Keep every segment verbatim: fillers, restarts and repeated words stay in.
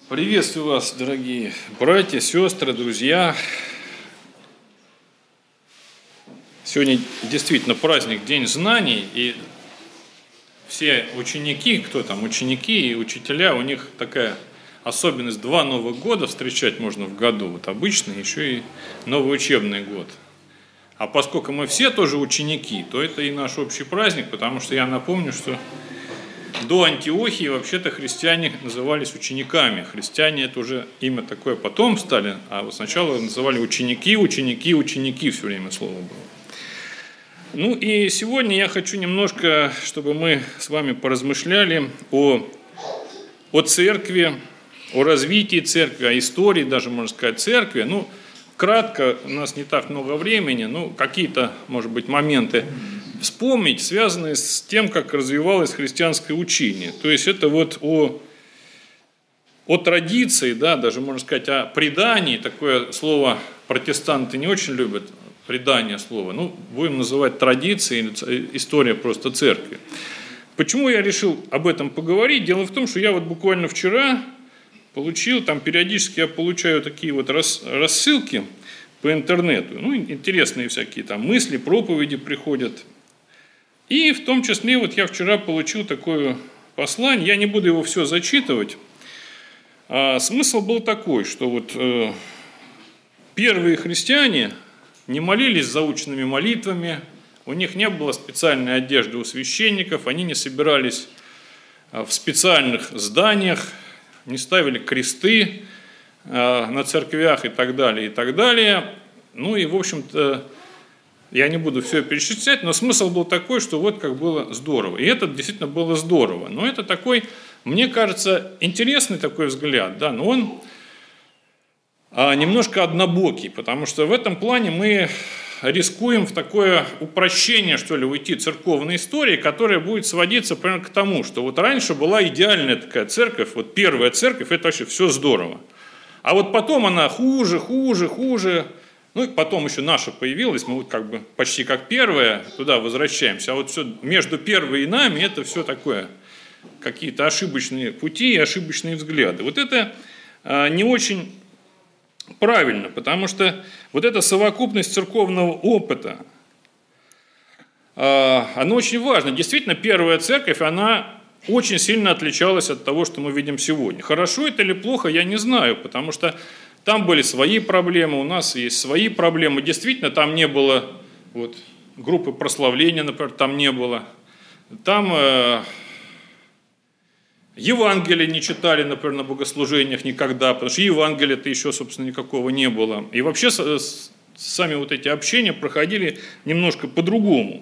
Приветствую вас, дорогие братья, сестры, друзья. Сегодня действительно праздник, День знаний, и все ученики, кто там, ученики и учителя, у них такая особенность: два Новых года встречать можно в году, вот обычно еще и новый учебный год. А поскольку мы все тоже ученики, то это и наш общий праздник, потому что я напомню, что до Антиохии вообще-то христиане назывались учениками. Христиане — это уже имя такое потом стали, а вот сначала называли ученики, ученики, ученики, все время слово было. Ну и сегодня я хочу немножко, чтобы мы с вами поразмышляли о, о церкви, о развитии церкви, о истории, даже можно сказать, церкви. Ну, кратко, у нас не так много времени, ну, какие-то, может быть, моменты вспомнить, связанные с тем, как развивалось христианское учение. То есть это вот о, о традиции, да, даже можно сказать о предании. Такое слово протестанты не очень любят, предание слова. Ну, будем называть традицией, история просто церкви. Почему я решил об этом поговорить? Дело в том, что я вот буквально вчера получил, там периодически я получаю такие вот рассылки по интернету. Ну, интересные всякие там мысли, проповеди приходят. И в том числе вот я вчера получил такое послание, я не буду его все зачитывать. А смысл был такой, что вот э, первые христиане не молились заученными молитвами, у них не было специальной одежды у священников, они не собирались в специальных зданиях, не ставили кресты э, на церквях и так далее, и так далее. Ну и, в общем-то, я не буду все перечислять, но смысл был такой, что вот как было здорово. И это действительно было здорово. Но это такой, мне кажется, интересный такой взгляд, да, но он а, немножко однобокий, потому что в этом плане мы рискуем в такое упрощение, что ли, уйти церковной истории, которая будет сводиться примерно к тому, что вот раньше была идеальная такая церковь, вот первая церковь, это вообще все здорово. А вот потом она хуже, хуже, хуже. Ну и потом еще наша появилась, мы вот как бы почти как первая туда возвращаемся, а вот все между первой и нами это все такое, какие-то ошибочные пути и ошибочные взгляды. Вот это а, не очень правильно, потому что вот эта совокупность церковного опыта, а, она очень важна. Действительно, первая церковь, она очень сильно отличалась от того, что мы видим сегодня. Хорошо это или плохо, я не знаю, потому что там были свои проблемы, у нас есть свои проблемы. Действительно, там не было вот, группы прославления, например, там не было. Там э, Евангелие не читали, например, на богослужениях никогда, потому что Евангелия-то еще, собственно, никакого не было. И вообще с, сами вот эти общения проходили немножко по-другому.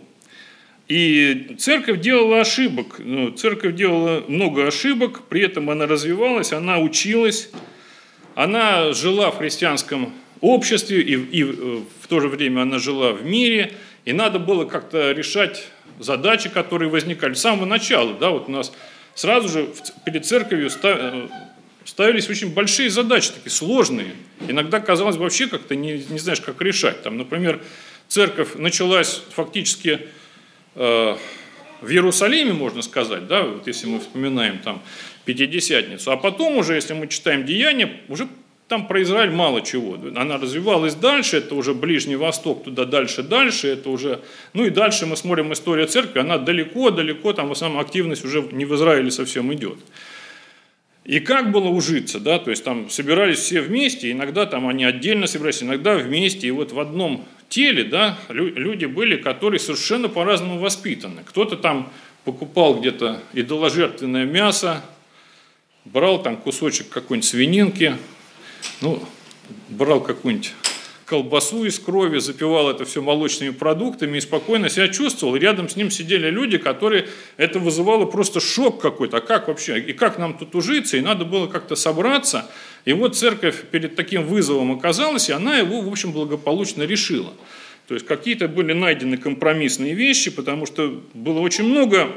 И церковь делала ошибок, ну, церковь делала много ошибок, при этом она развивалась, она училась. Она жила в христианском обществе, и, и в то же время она жила в мире, и надо было как-то решать задачи, которые возникали с самого начала. Да, вот у нас сразу же перед церковью ставились очень большие задачи, такие сложные. Иногда казалось вообще как-то не, не знаешь, как решать. Там, например, церковь началась фактически э, в Иерусалиме, можно сказать, да, вот если мы вспоминаем там Пятидесятницу. А потом уже, если мы читаем Деяния, уже там про Израиль мало чего. Она развивалась дальше, это уже Ближний Восток, туда дальше, дальше, это уже... Ну и дальше мы смотрим историю церкви, она далеко-далеко, там в основном активность уже не в Израиле совсем идет. И как было ужиться, да, то есть там собирались все вместе, иногда там они отдельно собирались, иногда вместе, и вот в одном теле, да, люди были, которые совершенно по-разному воспитаны. Кто-то там покупал где-то идоложертвенное мясо, брал там кусочек какой-нибудь свининки, ну, брал какую-нибудь колбасу из крови, запивал это все молочными продуктами и спокойно себя чувствовал. И рядом с ним сидели люди, которые это вызывало просто шок какой-то. А как вообще? И как нам тут ужиться? И надо было как-то собраться. И вот церковь перед таким вызовом оказалась, и она его, в общем, благополучно решила. То есть какие-то были найдены компромиссные вещи, потому что было очень много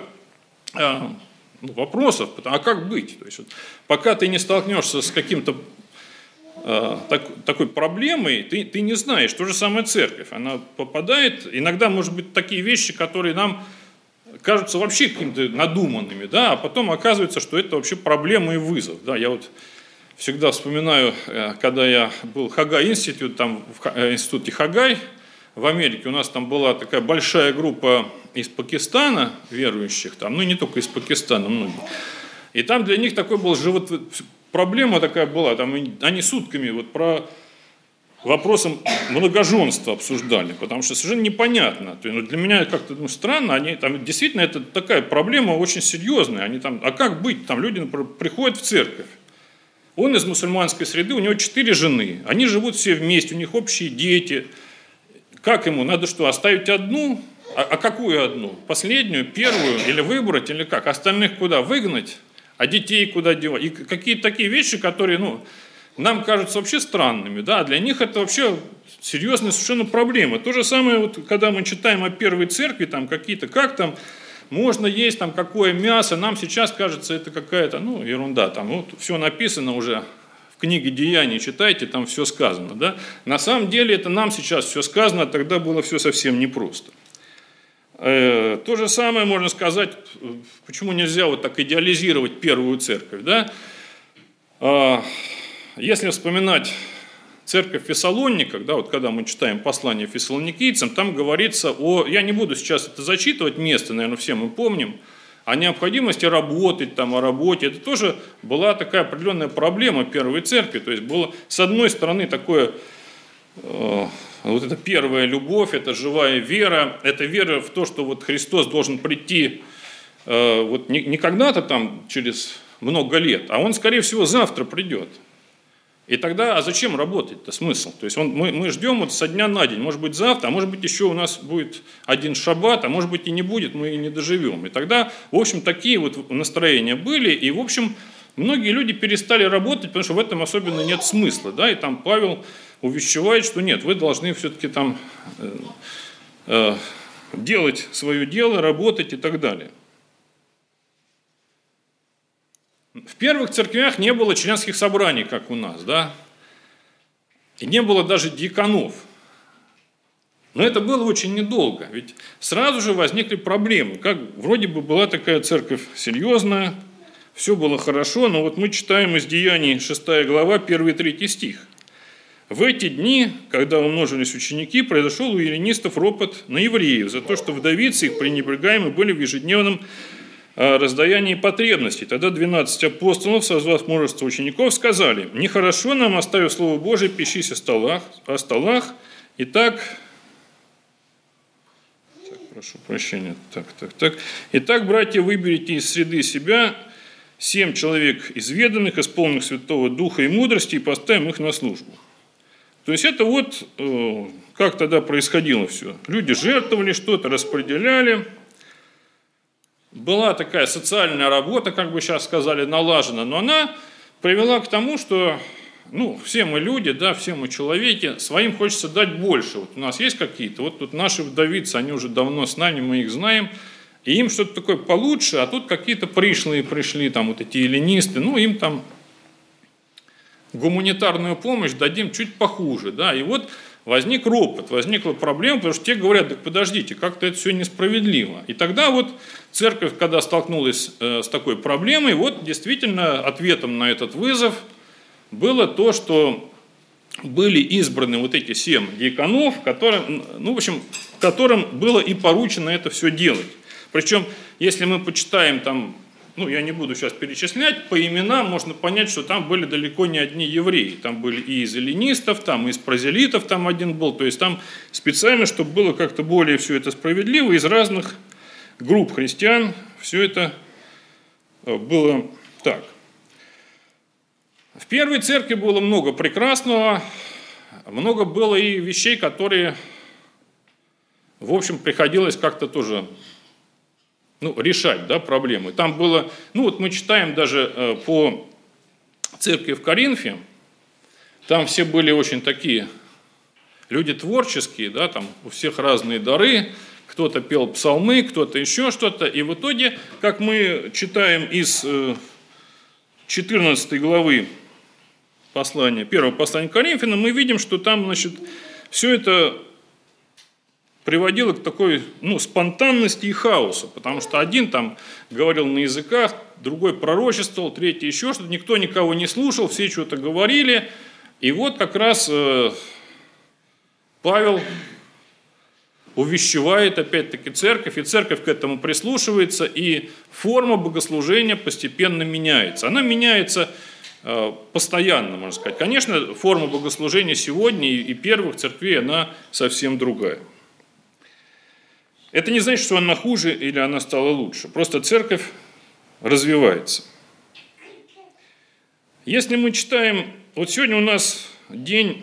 вопросов, а как быть? То есть, вот, пока ты не столкнешься с каким-то э, так, такой проблемой, ты, ты не знаешь. То же самое церковь. Она попадает, иногда, может быть, такие вещи, которые нам кажутся вообще какими-то надуманными, да, а потом оказывается, что это вообще проблема и вызов. Да. Я вот всегда вспоминаю, когда я был в Хагай-институт, там в институте Хагай в Америке, у нас там была такая большая группа из Пакистана верующих, там, ну не только из Пакистана, многие. И там для них такой был живот, проблема такая была, там они сутками вот про вопросом многоженства обсуждали, потому что совершенно непонятно. То есть, ну, для меня как-то ну, странно, они, там, действительно это такая проблема очень серьезная. Они там, а как быть? Там люди, например, приходят в церковь, он из мусульманской среды, у него четыре жены, они живут все вместе, у них общие дети. Как ему? Надо что, оставить одну? А, а какую одну? Последнюю, первую? Или выбрать? Или как? Остальных куда? Выгнать? А детей куда девать? И какие-то такие вещи, которые, ну, нам кажутся вообще странными, да, для них это вообще серьезная совершенно проблема. То же самое, вот, когда мы читаем о первой церкви, там какие-то, как там можно есть, там какое мясо, нам сейчас кажется это какая-то, ну, ерунда, там вот, все написано уже в книге Деяний, читайте, там все сказано, да. На самом деле это нам сейчас все сказано, а тогда было все совсем непросто. Э, то же самое можно сказать, почему нельзя вот так идеализировать первую церковь, да. Э, Если вспоминать церковь в Фессалониках, да, вот когда мы читаем послание фессалоникийцам, там говорится о, я не буду сейчас это зачитывать, место, наверное, все мы помним, о необходимости работать, там, о работе. Это тоже была такая определенная проблема первой церкви. То есть было, с одной стороны, такое, э, вот эта первая любовь, это живая вера, это вера в то, что вот Христос должен прийти э, вот не, не когда-то там через много лет, а Он, скорее всего, завтра придет. И тогда, а зачем работать-то, смысл? То есть он, мы, мы ждем вот со дня на день, может быть завтра, а может быть еще у нас будет один шаббат, а может быть и не будет, мы и не доживем. И тогда, в общем, такие вот настроения были, и, в общем, многие люди перестали работать, потому что в этом особенно нет смысла, да, и там Павел увещевает, что нет, вы должны все-таки там э, э, делать свое дело, работать и так далее. В первых церквях не было членских собраний, как у нас, да, и не было даже диаконов. Но это было очень недолго, ведь сразу же возникли проблемы. Как вроде бы была такая церковь серьезная, все было хорошо, но вот мы читаем из Деяний шестая глава, первый и третий стих. В эти дни, когда умножились ученики, произошел у эллинистов ропот на евреев за то, что вдовицы их пренебрегаемы были в ежедневном раздаянии потребностей. Тогда двенадцать апостолов, созвав множество учеников, сказали: «Нехорошо нам, оставив Слово Божие, пищись о столах, о столах. Итак, так, прошу прощения, так, так, так. Итак, братья, выберите из среды себя семь человек изведанных, исполненных Святого Духа и мудрости, и поставим их на службу». То есть это вот как тогда происходило все. Люди жертвовали что-то, распределяли. Была такая социальная работа, как бы сейчас сказали, налажена, но она привела к тому, что ну, все мы люди, да, все мы человеки, своим хочется дать больше. Вот у нас есть какие-то, вот тут наши вдовицы, они уже давно с нами, мы их знаем, и им что-то такое получше, а тут какие-то пришлые пришли, там вот эти эллинисты, ну, им там гуманитарную помощь дадим чуть похуже, да, и вот возник ропот, возникла проблема, потому что те говорят: так подождите, как-то это все несправедливо. И тогда вот церковь, когда столкнулась э, с такой проблемой, вот действительно ответом на этот вызов было то, что были избраны вот эти семь диаконов, которым, ну, в общем, которым было и поручено это все делать. Причем, если мы почитаем там, ну, я не буду сейчас перечислять, по именам можно понять, что там были далеко не одни евреи. Там были и из эллинистов, там и из прозелитов там один был. То есть там специально, чтобы было как-то более все это справедливо, из разных групп христиан все это было так. В первой церкви было много прекрасного, много было и вещей, которые, в общем, приходилось как-то тоже... Ну, решать, да, проблемы. Там было, ну вот мы читаем даже э, по церкви в Коринфе, там все были очень такие люди творческие, да, там у всех разные дары, кто-то пел псалмы, кто-то еще что-то, и в итоге, как мы читаем из э, четырнадцатой главы послания, первого послания к Коринфянам, мы видим, что там, значит, все это приводило к такой ну, спонтанности и хаосу, потому что один там говорил на языках, другой пророчествовал, третий еще что-то, никто никого не слушал, все что-то говорили. И вот как раз э, Павел увещевает опять-таки церковь, и церковь к этому прислушивается, и форма богослужения постепенно меняется. Она меняется э, постоянно, можно сказать. Конечно, форма богослужения сегодня и, и первых церквей, она совсем другая. Это не значит, что она хуже или она стала лучше. Просто церковь развивается. Если мы читаем, вот сегодня у нас день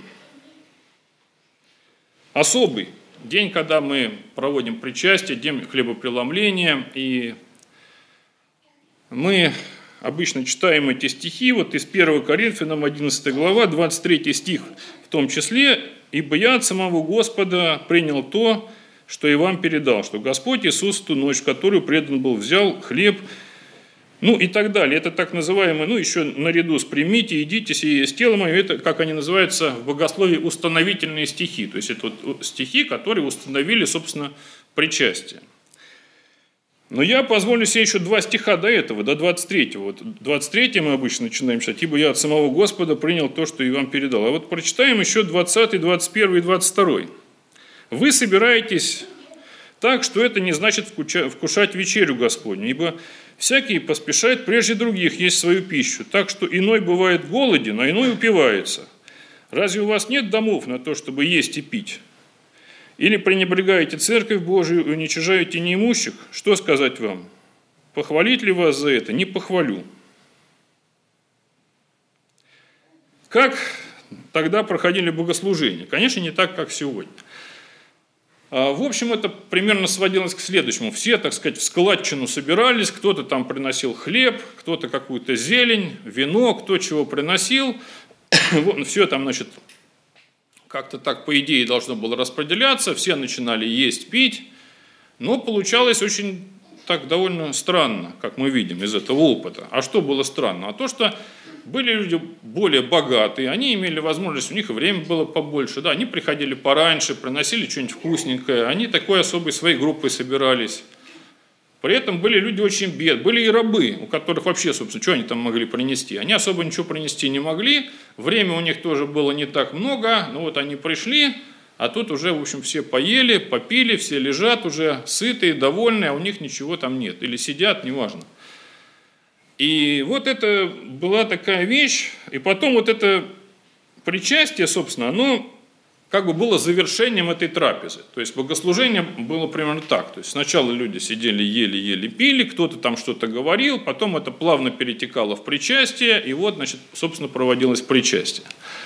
особый, день, когда мы проводим причастие, день хлебопреломления, и мы обычно читаем эти стихи, вот из первого Коринфянам одиннадцатая глава, двадцать третий стих в том числе, «Ибо я от самого Господа принял то, что и вам передал, что Господь Иисус в ту ночь, в которую предан был, взял хлеб». Ну и так далее. Это так называемые, ну еще наряду с «примите, идите, сие есть тело мое», это, как они называются в богословии, установительные стихи. То есть это вот стихи, которые установили, собственно, причастие. Но я позволю себе еще два стиха до этого, до двадцать третьего. Вот двадцать третий мы обычно начинаем читать, «Ибо я от самого Господа принял то, что и вам передал». А вот прочитаем еще двадцатый, двадцать первый и двадцать второй. «Вы собираетесь так, что это не значит вкушать вечерю Господню, ибо всякий поспешает прежде других есть свою пищу, так что иной бывает голоден, а иной упивается. Разве у вас нет домов на то, чтобы есть и пить? Или пренебрегаете церковь Божию и уничижаете неимущих? Что сказать вам? Похвалить ли вас за это? Не похвалю». Как тогда проходили богослужения? Конечно, не так, как сегодня. В общем, это примерно сводилось к следующему. Все, так сказать, в складчину собирались, кто-то там приносил хлеб, кто-то какую-то зелень, вино, кто чего приносил. Все там, значит, как-то так, по идее, должно было распределяться, все начинали есть, пить, но получалось очень так довольно странно, как мы видим из этого опыта. А что было странно? А то, что были люди более богатые, они имели возможность, у них и время было побольше, да, они приходили пораньше, приносили что-нибудь вкусненькое, они такой особой своей группой собирались. При этом были люди очень бедные, были и рабы, у которых вообще, собственно, что они там могли принести? Они особо ничего принести не могли, время у них тоже было не так много, но вот они пришли, а тут уже, в общем, все поели, попили, все лежат уже сытые, довольные, а у них ничего там нет, или сидят, неважно. И вот это была такая вещь, и потом вот это причастие, собственно, оно как бы было завершением этой трапезы. То есть богослужение было примерно так. То есть сначала люди сидели, ели, ели, пили, кто-то там что-то говорил, потом это плавно перетекало в причастие, и вот, значит, собственно, проводилось причастие.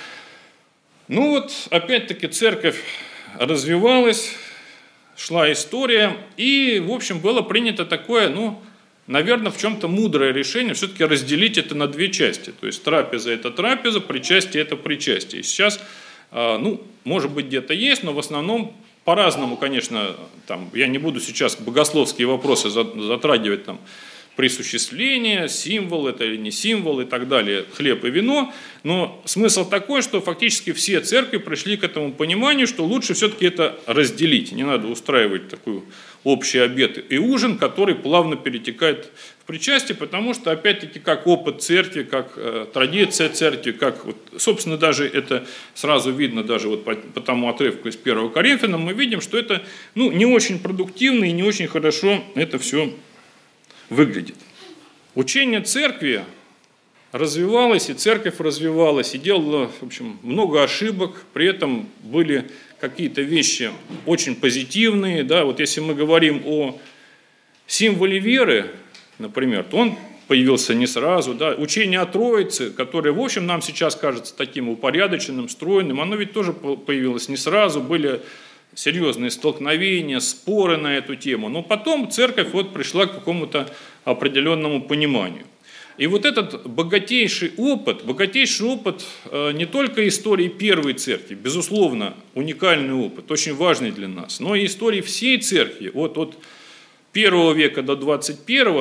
Ну вот, опять-таки, церковь развивалась, шла история, и, в общем, было принято такое, ну, наверное, в чем-то мудрое решение все-таки разделить это на две части. То есть трапеза – это трапеза, причастие – это причастие. И сейчас, ну, может быть, где-то есть, но в основном по-разному, конечно, там, я не буду сейчас богословские вопросы затрагивать, там, присуществление, символ это или не символ и так далее, хлеб и вино. Но смысл такой, что фактически все церкви пришли к этому пониманию, что лучше все-таки это разделить. Не надо устраивать такой общий обед и ужин, который плавно перетекает в причастие, потому что, опять-таки, как опыт церкви, как э, традиция церкви, как, вот, собственно, даже это сразу видно даже вот по, по тому отрывку из первого Коринфянам, мы видим, что это ну, не очень продуктивно и не очень хорошо это все выглядит. Учение церкви развивалось, и церковь развивалась, и делала, в общем, много ошибок, при этом были какие-то вещи очень позитивные. Да? Вот если мы говорим о символе веры, например, то он появился не сразу. Да? Учение о Троице, которое, в общем, нам сейчас кажется таким упорядоченным, стройным, оно ведь тоже появилось не сразу, были серьезные столкновения, споры на эту тему. Но потом церковь вот пришла к какому-то определенному пониманию. И вот этот богатейший опыт, богатейший опыт не только истории первой церкви, безусловно, уникальный опыт, очень важный для нас, но и истории всей церкви, вот от первого века до двадцать первого,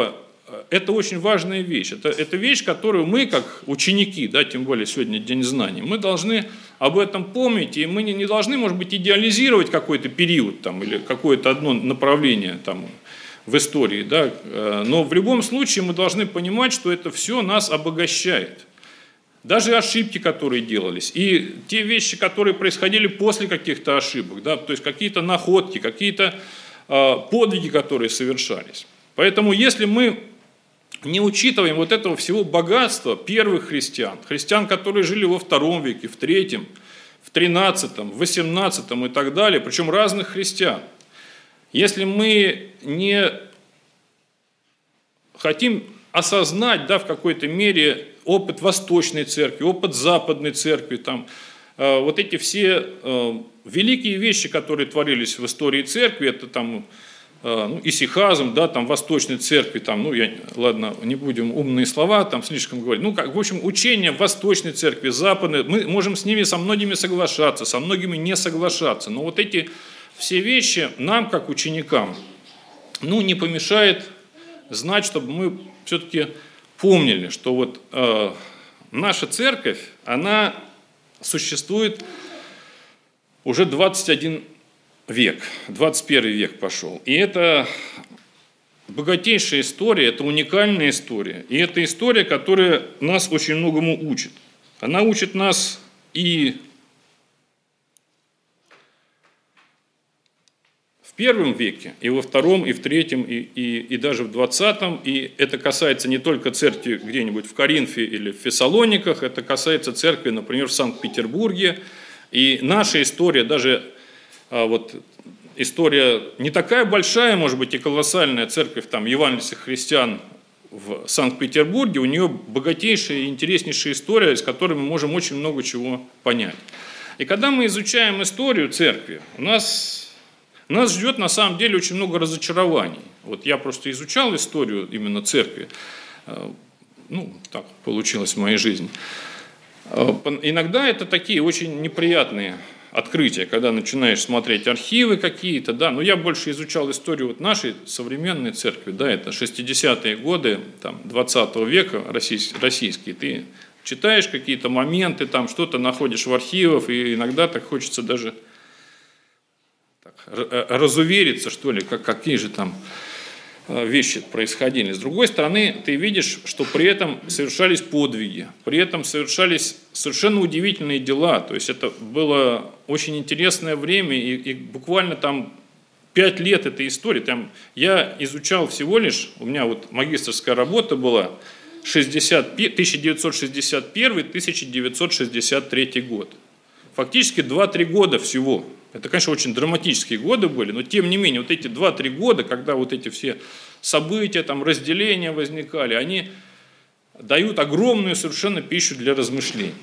это очень важная вещь. Это, это вещь, которую мы, как ученики, да, тем более сегодня День знаний, мы должны об этом помнить, и мы не, не должны, может быть, идеализировать какой-то период там, или какое-то одно направление там, в истории, да, но в любом случае мы должны понимать, что это все нас обогащает. Даже ошибки, которые делались, и те вещи, которые происходили после каких-то ошибок, да, то есть какие-то находки, какие-то э, подвиги, которые совершались. Поэтому если мы не учитываем вот этого всего богатства первых христиан, христиан, которые жили во втором веке, в третьем, в тринадцатом, в восемнадцатом и так далее, причем разных христиан, если мы не хотим осознать, да, в какой-то мере опыт Восточной Церкви, опыт Западной Церкви, там, э, вот эти все э, великие вещи, которые творились в истории Церкви, это там э, ну, исихазм, да, там, Восточной Церкви, там, ну, я, ладно, не будем умные слова там слишком говорить, ну, как, в общем, учения Восточной Церкви, Западной, мы можем с ними со многими соглашаться, со многими не соглашаться, но вот эти все вещи нам, как ученикам, ну, не помешает знать, чтобы мы все-таки помнили, что вот э, наша церковь, она существует уже двадцать один век, двадцать первый век пошел. И это богатейшая история, это уникальная история. И это история, которая нас очень многому учит. Она учит нас и в первом веке, и во втором, и в третьем, и, и, и даже в двадцатом. И это касается не только церкви где-нибудь в Коринфе или в Фессалониках, это касается церкви, например, в Санкт-Петербурге. И наша история, даже а, вот, история не такая большая, может быть, и колоссальная церковь там, евангельских христиан в Санкт-Петербурге, у нее богатейшая и интереснейшая история, из которой мы можем очень много чего понять. И когда мы изучаем историю церкви, у нас... Нас ждет на самом деле очень много разочарований. Вот я просто изучал историю именно церкви. Ну, так получилось в моей жизни. Иногда это такие очень неприятные открытия, когда начинаешь смотреть архивы какие-то, да, но я больше изучал историю вот нашей современной церкви, да, это шестидесятые годы там, двадцатого века российские. Ты читаешь какие-то моменты, там что-то находишь в архивах, и иногда так хочется даже разувериться, что ли, как, какие же там вещи происходили. С другой стороны, ты видишь, что при этом совершались подвиги, при этом совершались совершенно удивительные дела. То есть это было очень интересное время, и, и буквально там пять лет этой истории. Там я изучал всего лишь, у меня вот магистерская работа была тысяча девятьсот шестьдесят первый — тысяча девятьсот шестьдесят третий год. Фактически два-три года всего. Это, конечно, очень драматические годы были, но тем не менее, вот эти два-три года, когда вот эти все события, там, разделения возникали, они дают огромную совершенно пищу для размышлений.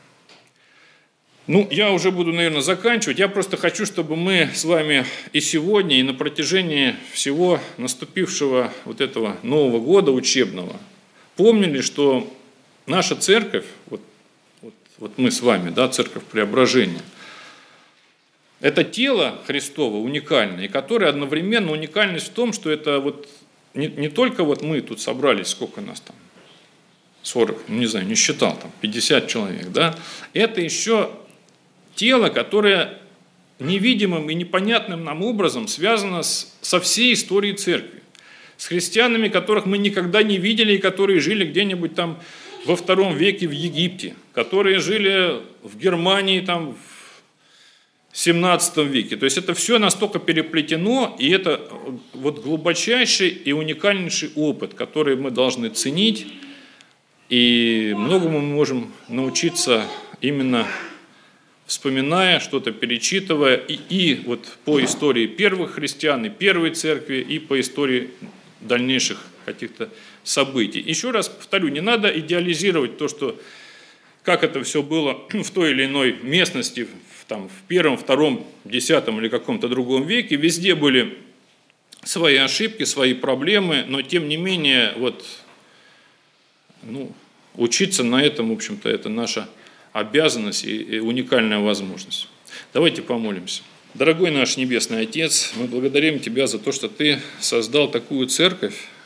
Ну, я уже буду, наверное, заканчивать. Я просто хочу, чтобы мы с вами и сегодня, и на протяжении всего наступившего вот этого Нового года учебного помнили, что наша церковь, вот, вот, вот мы с вами, да, Церковь Преображения, это тело Христово уникальное, и которое одновременно уникальность в том, что это вот не, не только вот мы тут собрались, сколько нас там, сорок, ну не знаю, не считал, там пятьдесят человек, да, это еще тело, которое невидимым и непонятным нам образом связано с, со всей историей церкви, с христианами, которых мы никогда не видели и которые жили где-нибудь там во втором веке в Египте, которые жили в Германии там в семнадцатом веке. То есть это все настолько переплетено, и это вот глубочайший и уникальнейший опыт, который мы должны ценить, и многому мы можем научиться именно вспоминая, что-то перечитывая, и, и вот по истории первых христиан, и первой церкви, и по истории дальнейших каких-то событий. Еще раз повторю, не надо идеализировать то, что как это все было в той или иной местности, в, там, в первом, втором, десятом или каком-то другом веке. Везде были свои ошибки, свои проблемы, но тем не менее вот, ну, учиться на этом, в общем-то, это наша обязанность и, и уникальная возможность. Давайте помолимся. Дорогой наш Небесный Отец, мы благодарим Тебя за то, что Ты создал такую церковь,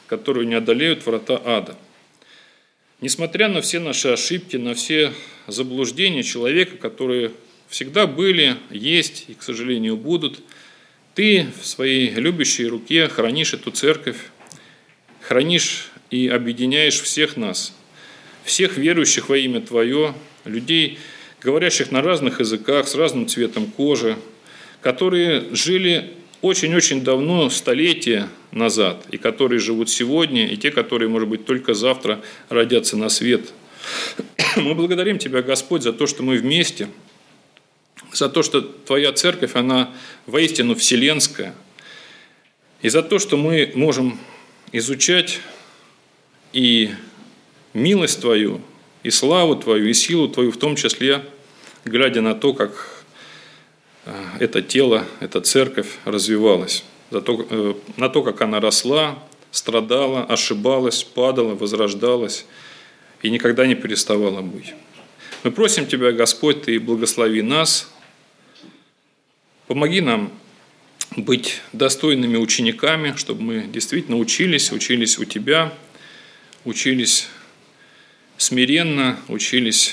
которую не одолеют врата ада. Несмотря на все наши ошибки, на все заблуждения человека, которые всегда были, есть и, к сожалению, будут, Ты в своей любящей руке хранишь эту церковь, хранишь и объединяешь всех нас, всех верующих во имя Твое, людей, говорящих на разных языках, с разным цветом кожи, которые жили очень-очень давно, столетия назад, и которые живут сегодня, и те, которые, может быть, только завтра родятся на свет. Мы благодарим Тебя, Господь, за то, что мы вместе, за то, что Твоя церковь, она воистину вселенская, и за то, что мы можем изучать и милость Твою, и славу Твою, и силу Твою, в том числе, глядя на то, как это тело, эта церковь развивалась, за то, на то, как она росла, страдала, ошибалась, падала, возрождалась и никогда не переставала быть. Мы просим Тебя, Господь, Ты благослови нас, помоги нам быть достойными учениками, чтобы мы действительно учились, учились у Тебя, учились смиренно, учились,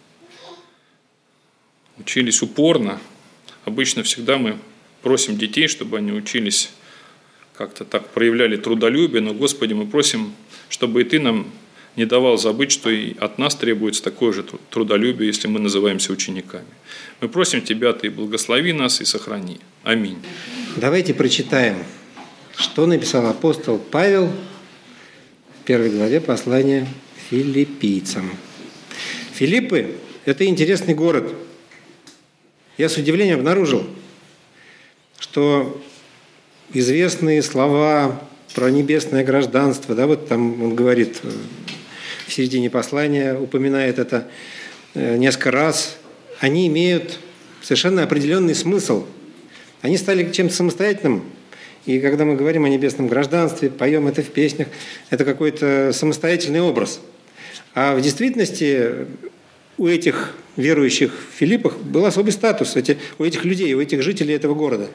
учились упорно. Обычно всегда мы просим детей, чтобы они учились, как-то так проявляли трудолюбие, но, Господи, мы просим, чтобы и Ты нам не давал забыть, что и от нас требуется такое же трудолюбие, если мы называемся учениками. Мы просим Тебя, Ты благослови нас и сохрани. Аминь. Давайте прочитаем, что написал апостол Павел в первой главе послания филиппийцам. Филиппы – это интересный город. Я с удивлением обнаружил, что известные слова про небесное гражданство, да, вот там он говорит в середине послания, упоминает это несколько раз, они имеют совершенно определенный смысл. Они стали чем-то самостоятельным, и когда мы говорим о небесном гражданстве, поем это в песнях, это какой-то самостоятельный образ. А в действительности у этих верующих в Филиппах был особый статус, эти, у этих людей, у этих жителей этого города.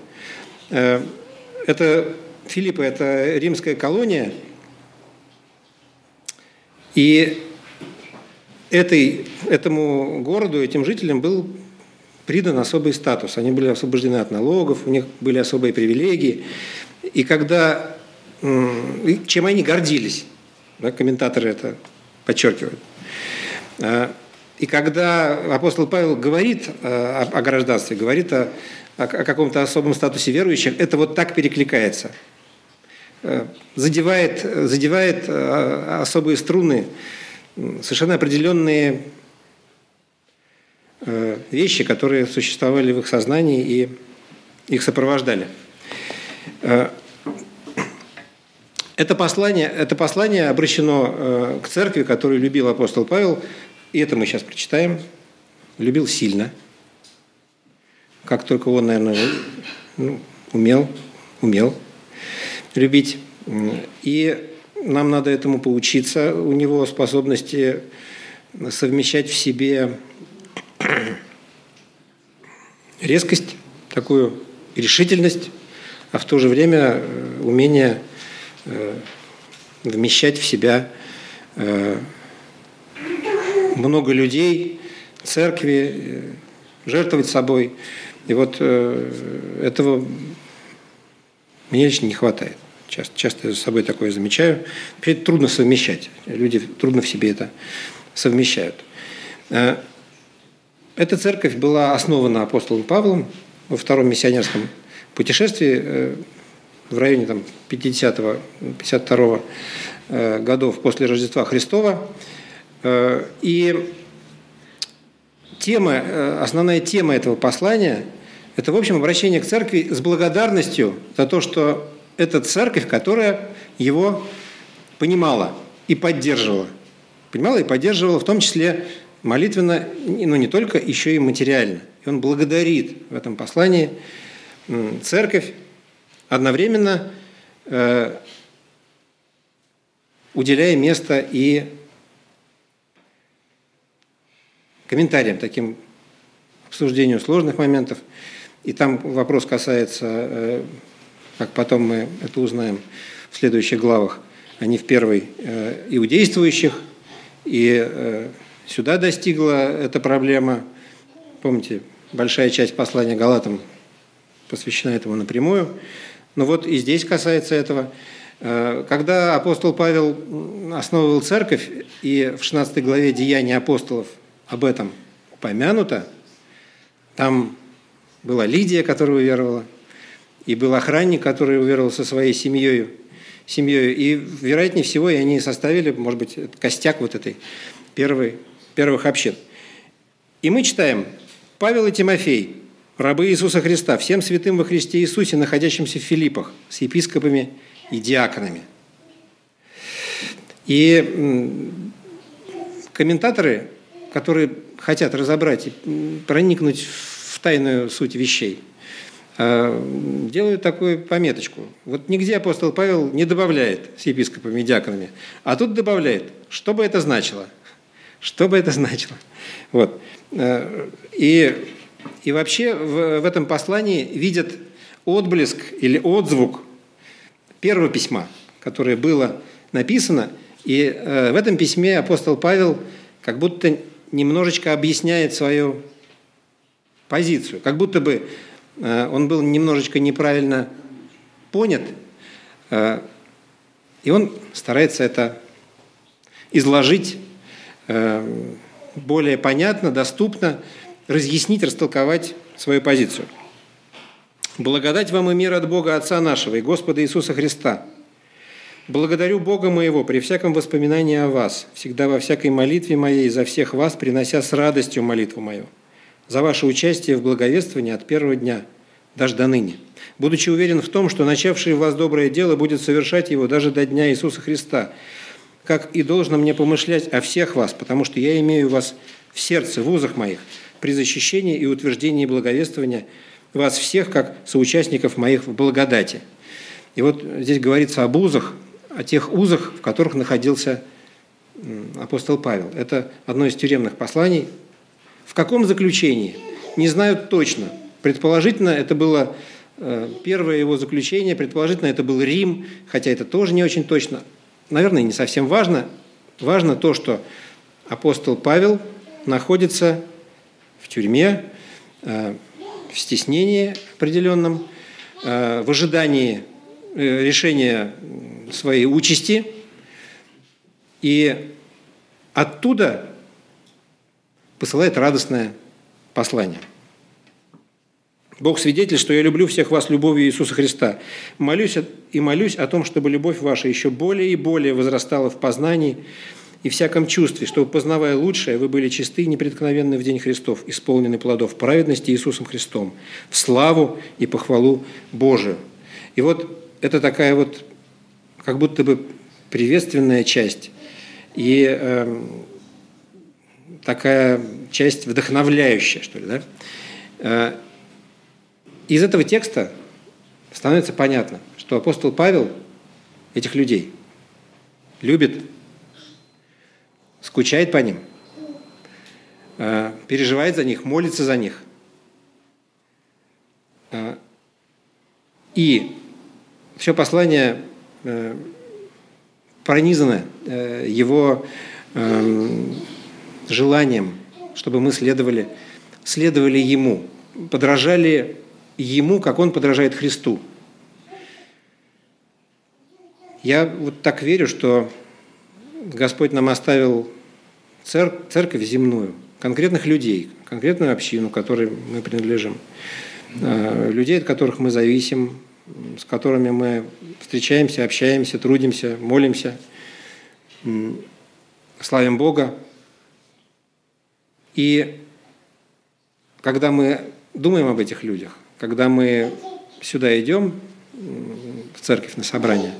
Это Филиппы – это римская колония, и этой, этому городу, этим жителям был придан особый статус. Они были освобождены от налогов, у них были особые привилегии. И когда, чем они гордились, да, комментаторы это подчеркивают. И когда апостол Павел говорит о, о гражданстве, говорит о, о каком-то особом статусе верующих, это вот так перекликается. Задевает, задевает особые струны, совершенно определенные вещи, которые существовали в их сознании и их сопровождали. Это послание, это послание обращено к церкви, которую любил апостол Павел, и это мы сейчас прочитаем. Любил сильно, как только он, наверное, ну, умел, умел любить. И нам надо этому поучиться. У него способности совмещать в себе резкость, такую решительность, а в то же время умение вмещать в себя много людей, церкви, жертвовать собой. И вот этого мне лично не хватает. Часто, часто за собой такое замечаю. Вообще это трудно совмещать. Люди трудно в себе это совмещают. Эта церковь была основана апостолом Павлом во втором миссионерском путешествии в районе там, пятидесятого — пятьдесят второго годов после Рождества Христова. И тема, основная тема этого послания – это, в общем, обращение к церкви с благодарностью за то, что это церковь, которая его понимала и поддерживала. Понимала и поддерживала, в том числе молитвенно, но не только, еще и материально. И он благодарит в этом послании церковь, одновременно э, уделяя место и комментариям, таким обсуждению сложных моментов. И там вопрос касается, как потом мы это узнаем в следующих главах, они в первой э, иудействующих, и э, сюда достигла эта проблема. Помните, большая часть послания Галатам посвящена этому напрямую. Но вот и здесь касается этого. Когда апостол Павел основывал церковь, и в шестнадцатой главе Деяний апостолов об этом упомянуто, там была Лидия, которая уверовала, и был охранник, который уверовал со своей семьей, семьей. И, вероятнее всего, и они составили, может быть, костяк вот этой первой, первых общин. И мы читаем: «Павел и Тимофей, рабы Иисуса Христа, всем святым во Христе Иисусе, находящимся в Филиппах, с епископами и диаконами». И комментаторы, которые хотят разобрать и проникнуть в тайную суть вещей, делают такую пометочку. Вот нигде апостол Павел не добавляет с епископами и диаконами, а тут добавляет, что бы это значило. Что бы это значило. Вот. И, и вообще в, в этом послании видят отблеск или отзвук первого письма, которое было написано. И в этом письме апостол Павел как будто немножечко объясняет свою позицию, как будто бы он был немножечко неправильно понят, и он старается это изложить более понятно, доступно, разъяснить, растолковать свою позицию. «Благодать вам и мир от Бога Отца нашего и Господа Иисуса Христа. Благодарю Бога моего при всяком воспоминании о вас, всегда во всякой молитве моей за всех вас, принося с радостью молитву мою, за ваше участие в благовествовании от первого дня, даже до ныне, будучи уверен в том, что начавший в вас доброе дело будет совершать его даже до дня Иисуса Христа, как и должно мне помышлять о всех вас, потому что я имею вас в сердце, в узах моих, при защищении и утверждении благовествования вас всех, как соучастников моих в благодати». И вот здесь говорится об узах, о тех узах, в которых находился апостол Павел. Это одно из тюремных посланий. В каком заключении? Не знаю точно. Предположительно, это было первое его заключение, предположительно, это был Рим, хотя это тоже не очень точно. Наверное, не совсем важно. Важно то, что апостол Павел находится в тюрьме, в стеснении определенном, в ожидании решения своей участи, и оттуда посылает радостное послание. «Бог свидетель, что я люблю всех вас любовью Иисуса Христа. Молюсь и молюсь о том, чтобы любовь ваша еще более и более возрастала в познании и всяком чувстве, чтобы, познавая лучшее, вы были чисты и непреткновенны в день Христов, исполнены плодов праведности Иисусом Христом, в славу и похвалу Божию». И вот это такая вот как будто бы приветственная часть и э, такая часть вдохновляющая, что ли, да? Э, из этого текста становится понятно, что апостол Павел этих людей любит, скучает по ним, э, переживает за них, молится за них. Э, и все послание э, пронизано э, его э, желанием, чтобы мы следовали, следовали ему, подражали ему, как он подражает Христу. Я вот так верю, что Господь нам оставил цер- церковь земную, конкретных людей, конкретную общину, которой мы принадлежим, э, людей, от которых мы зависим, с которыми мы встречаемся, общаемся, трудимся, молимся, славим Бога. И когда мы думаем об этих людях, когда мы сюда идем, в церковь на собрание,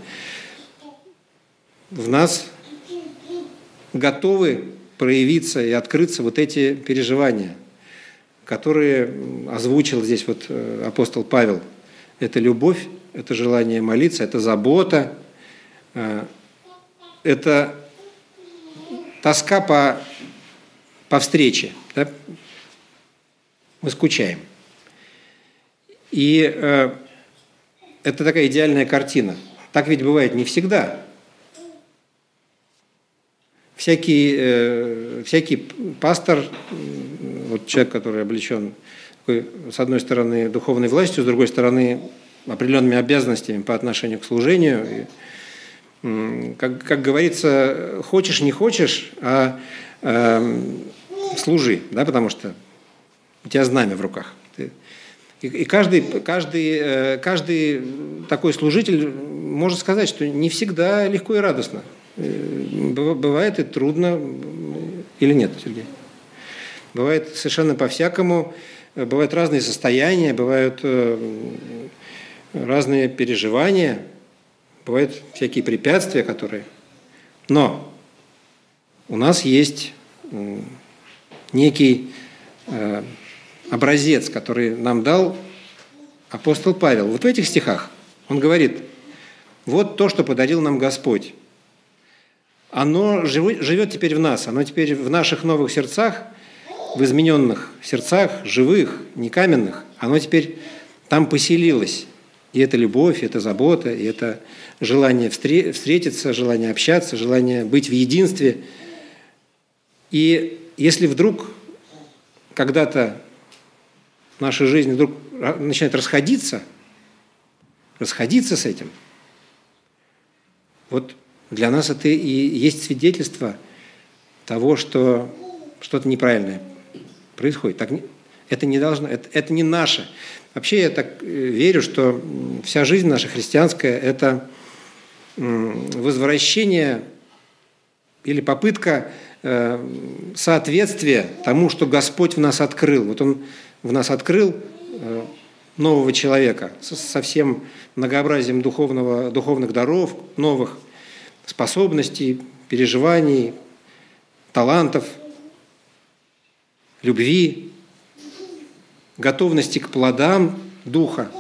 в нас готовы проявиться и открыться вот эти переживания, которые озвучил здесь вот апостол Павел. Это любовь, это желание молиться, это забота, это тоска по, по встрече. Да? Мы скучаем. И э, это такая идеальная картина. Так ведь бывает не всегда. всякий, э, всякий пастор, вот человек, который облечен такой, с одной стороны духовной властью, с другой стороны определенными обязанностями по отношению к служению, и, как, как говорится, хочешь не хочешь, а э, служи, да, потому что у тебя знамя в руках. И, и каждый, каждый, каждый такой служитель может сказать, что не всегда легко и радостно. Бывает и трудно, или нет, Сергей? Бывает совершенно по-всякому, бывают разные состояния, бывают разные переживания, бывают всякие препятствия, которые... Но у нас есть некий образец, который нам дал апостол Павел. Вот в этих стихах он говорит: вот то, что подарил нам Господь. Оно живет теперь в нас, оно теперь в наших новых сердцах, в измененных сердцах, живых, не каменных, оно теперь там поселилось. И это любовь, и это забота, и это желание встретиться, желание общаться, желание быть в единстве. И если вдруг когда-то наша жизнь вдруг начинает расходиться, расходиться с этим, вот для нас это и есть свидетельство того, что что-то неправильное происходит. Так, это не должно, это, это не наше. Вообще я так верю, что вся жизнь наша христианская – это возвращение или попытка соответствия тому, что Господь в нас открыл. Вот Он в нас открыл нового человека со всем многообразием духовного, духовных даров, новых способностей, переживаний, талантов, любви, готовности к плодам Духа.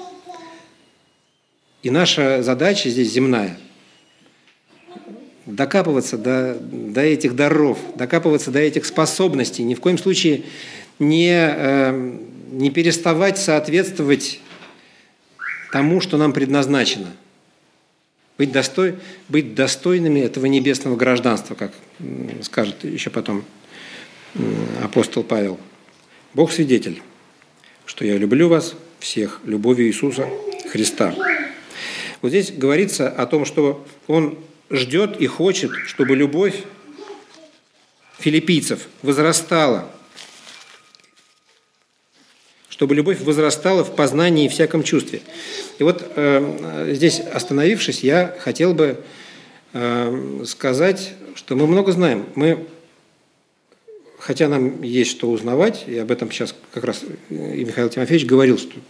И наша задача здесь земная – докапываться до, до этих даров, докапываться до этих способностей, ни в коем случае не, э, не переставать соответствовать тому, что нам предназначено. Быть, достой, быть достойными этого небесного гражданства, как скажет еще потом апостол Павел. Бог свидетель, что я люблю вас всех любовью Иисуса Христа. Вот здесь говорится о том, что Он ждет и хочет, чтобы любовь филиппийцев возрастала, чтобы любовь возрастала в познании и всяком чувстве. И вот э, здесь, остановившись, я хотел бы э, сказать, что мы много знаем. Мы, хотя нам есть что узнавать, и об этом сейчас как раз и Михаил Тимофеевич говорил, что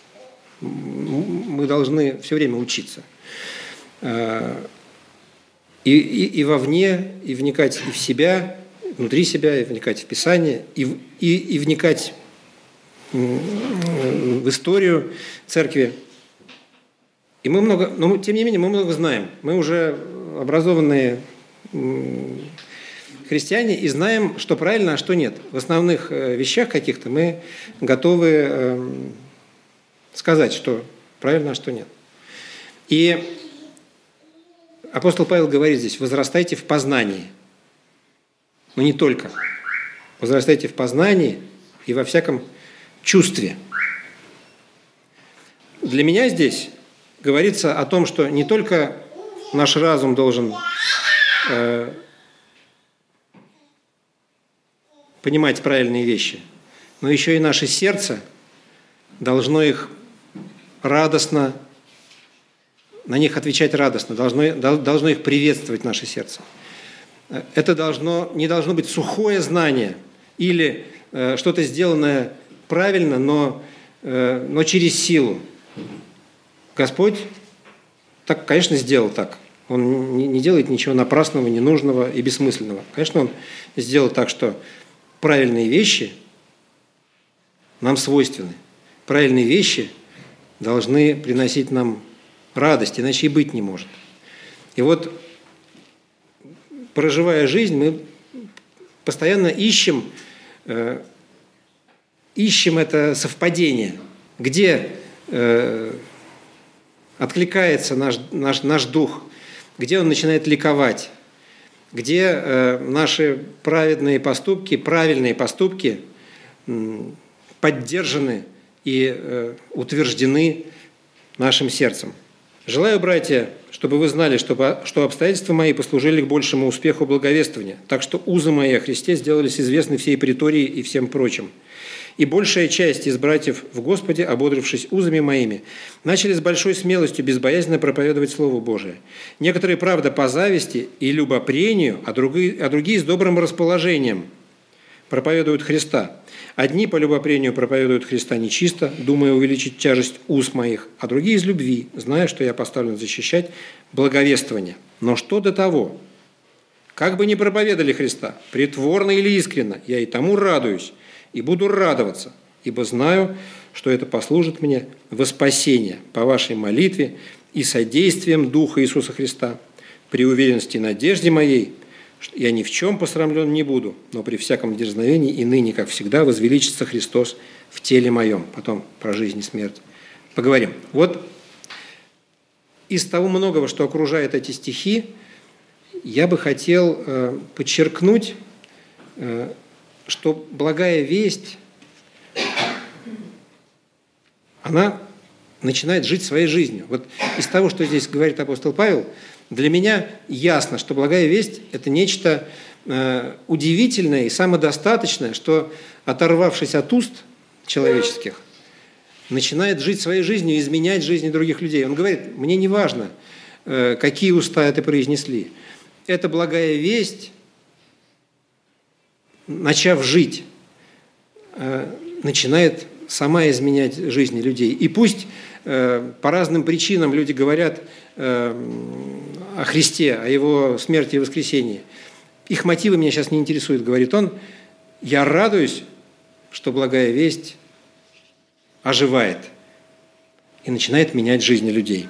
мы должны все время учиться. Э, и, и, и вовне, и вникать и в себя, внутри себя, и вникать в Писание, и, и, и вникать в историю церкви. И мы много, но тем не менее мы много знаем. Мы уже образованные христиане и знаем, что правильно, а что нет. В основных вещах каких-то мы готовы сказать, что правильно, а что нет. И апостол Павел говорит здесь: возрастайте в познании. Но не только. Возрастайте в познании и во всяком чувстве. Для меня здесь говорится о том, что не только наш разум должен э, понимать правильные вещи, но еще и наше сердце должно их радостно, на них отвечать радостно, должно, должно их приветствовать, наше сердце. Это должно, не должно быть сухое знание или э, что-то сделанное правильно, но, э, но через силу. Господь, так, конечно, сделал так. Он не, не делает ничего напрасного, ненужного и бессмысленного. Конечно, Он сделал так, что правильные вещи нам свойственны. Правильные вещи должны приносить нам радость, иначе и быть не может. И вот, проживая жизнь, мы постоянно ищем, э, ищем это совпадение, где э, откликается наш, наш, наш дух, где он начинает ликовать, где э, наши праведные поступки, правильные поступки э, поддержаны и э, утверждены нашим сердцем. Желаю, братья, чтобы вы знали, что, что обстоятельства мои послужили к большему успеху благовествования, так что узы мои о Христе сделались известны всей претории и всем прочим. И большая часть из братьев в Господе, ободрившись узами моими, начали с большой смелостью безбоязненно проповедовать Слово Божие. Некоторые, правда, по зависти и любопрению, а другие, а другие с добрым расположением проповедуют Христа. Одни по любопрению проповедуют Христа нечисто, думая увеличить тяжесть уз моих, а другие из любви, зная, что я поставлен защищать благовествование. Но что до того? Как бы ни проповедали Христа, притворно или искренно, я и тому радуюсь, и буду радоваться, ибо знаю, что это послужит мне во спасение по вашей молитве и содействием Духа Иисуса Христа. При уверенности и надежде моей я ни в чем посрамлен не буду, но при всяком дерзновении и ныне, как всегда, возвеличится Христос в теле моем. Потом про жизнь и смерть поговорим. Вот из того многого, что окружает эти стихи, я бы хотел э, подчеркнуть, э, что благая весть, она начинает жить своей жизнью. Вот из того, что здесь говорит апостол Павел, для меня ясно, что благая весть – это нечто э, удивительное и самодостаточное, что, оторвавшись от уст человеческих, начинает жить своей жизнью и изменять жизни других людей. Он говорит, мне не важно, э, какие уста это произнесли. Эта благая весть, начав жить, э, начинает сама изменять жизни людей. И пусть э, по разным причинам люди говорят э, о Христе, о Его смерти и воскресении. Их мотивы меня сейчас не интересуют, говорит он. Я радуюсь, что благая весть оживает и начинает менять жизни людей.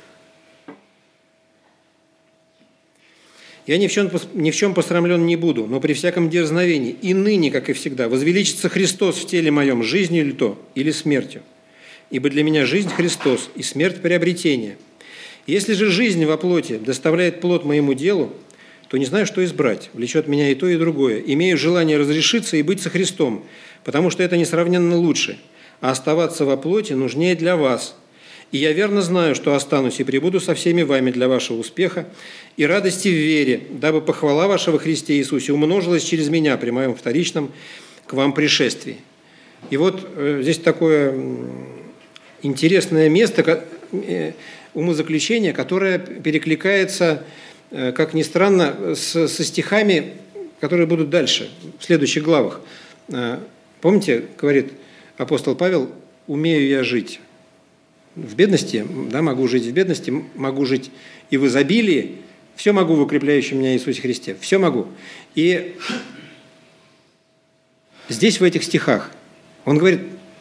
Я ни в чем, ни в чем посрамлен не буду, но при всяком дерзновении и ныне, как и всегда, возвеличится Христос в теле моем жизнью ли то, или смертью. Ибо для меня жизнь Христос и смерть приобретение. Если же жизнь во плоти доставляет плод моему делу, то не знаю, что избрать. Влечет меня и то, и другое. Имею желание разрешиться и быть со Христом, потому что это несравненно лучше. А оставаться во плоти нужнее для вас. И я верно знаю, что останусь и пребуду со всеми вами для вашего успеха и радости в вере, дабы похвала ваша во Христе Иисусе умножилась через меня при моем вторичном к вам пришествии. И вот э, здесь такое интересное место, э, умозаключение, которое перекликается, э, как ни странно, с, со стихами, которые будут дальше, в следующих главах. Э, помните, говорит апостол Павел, «Умею я жить в бедности, да, могу жить в бедности, могу жить и в изобилии, все могу в укрепляющем меня Иисусе Христе, все могу». И здесь, в этих стихах, он говорит,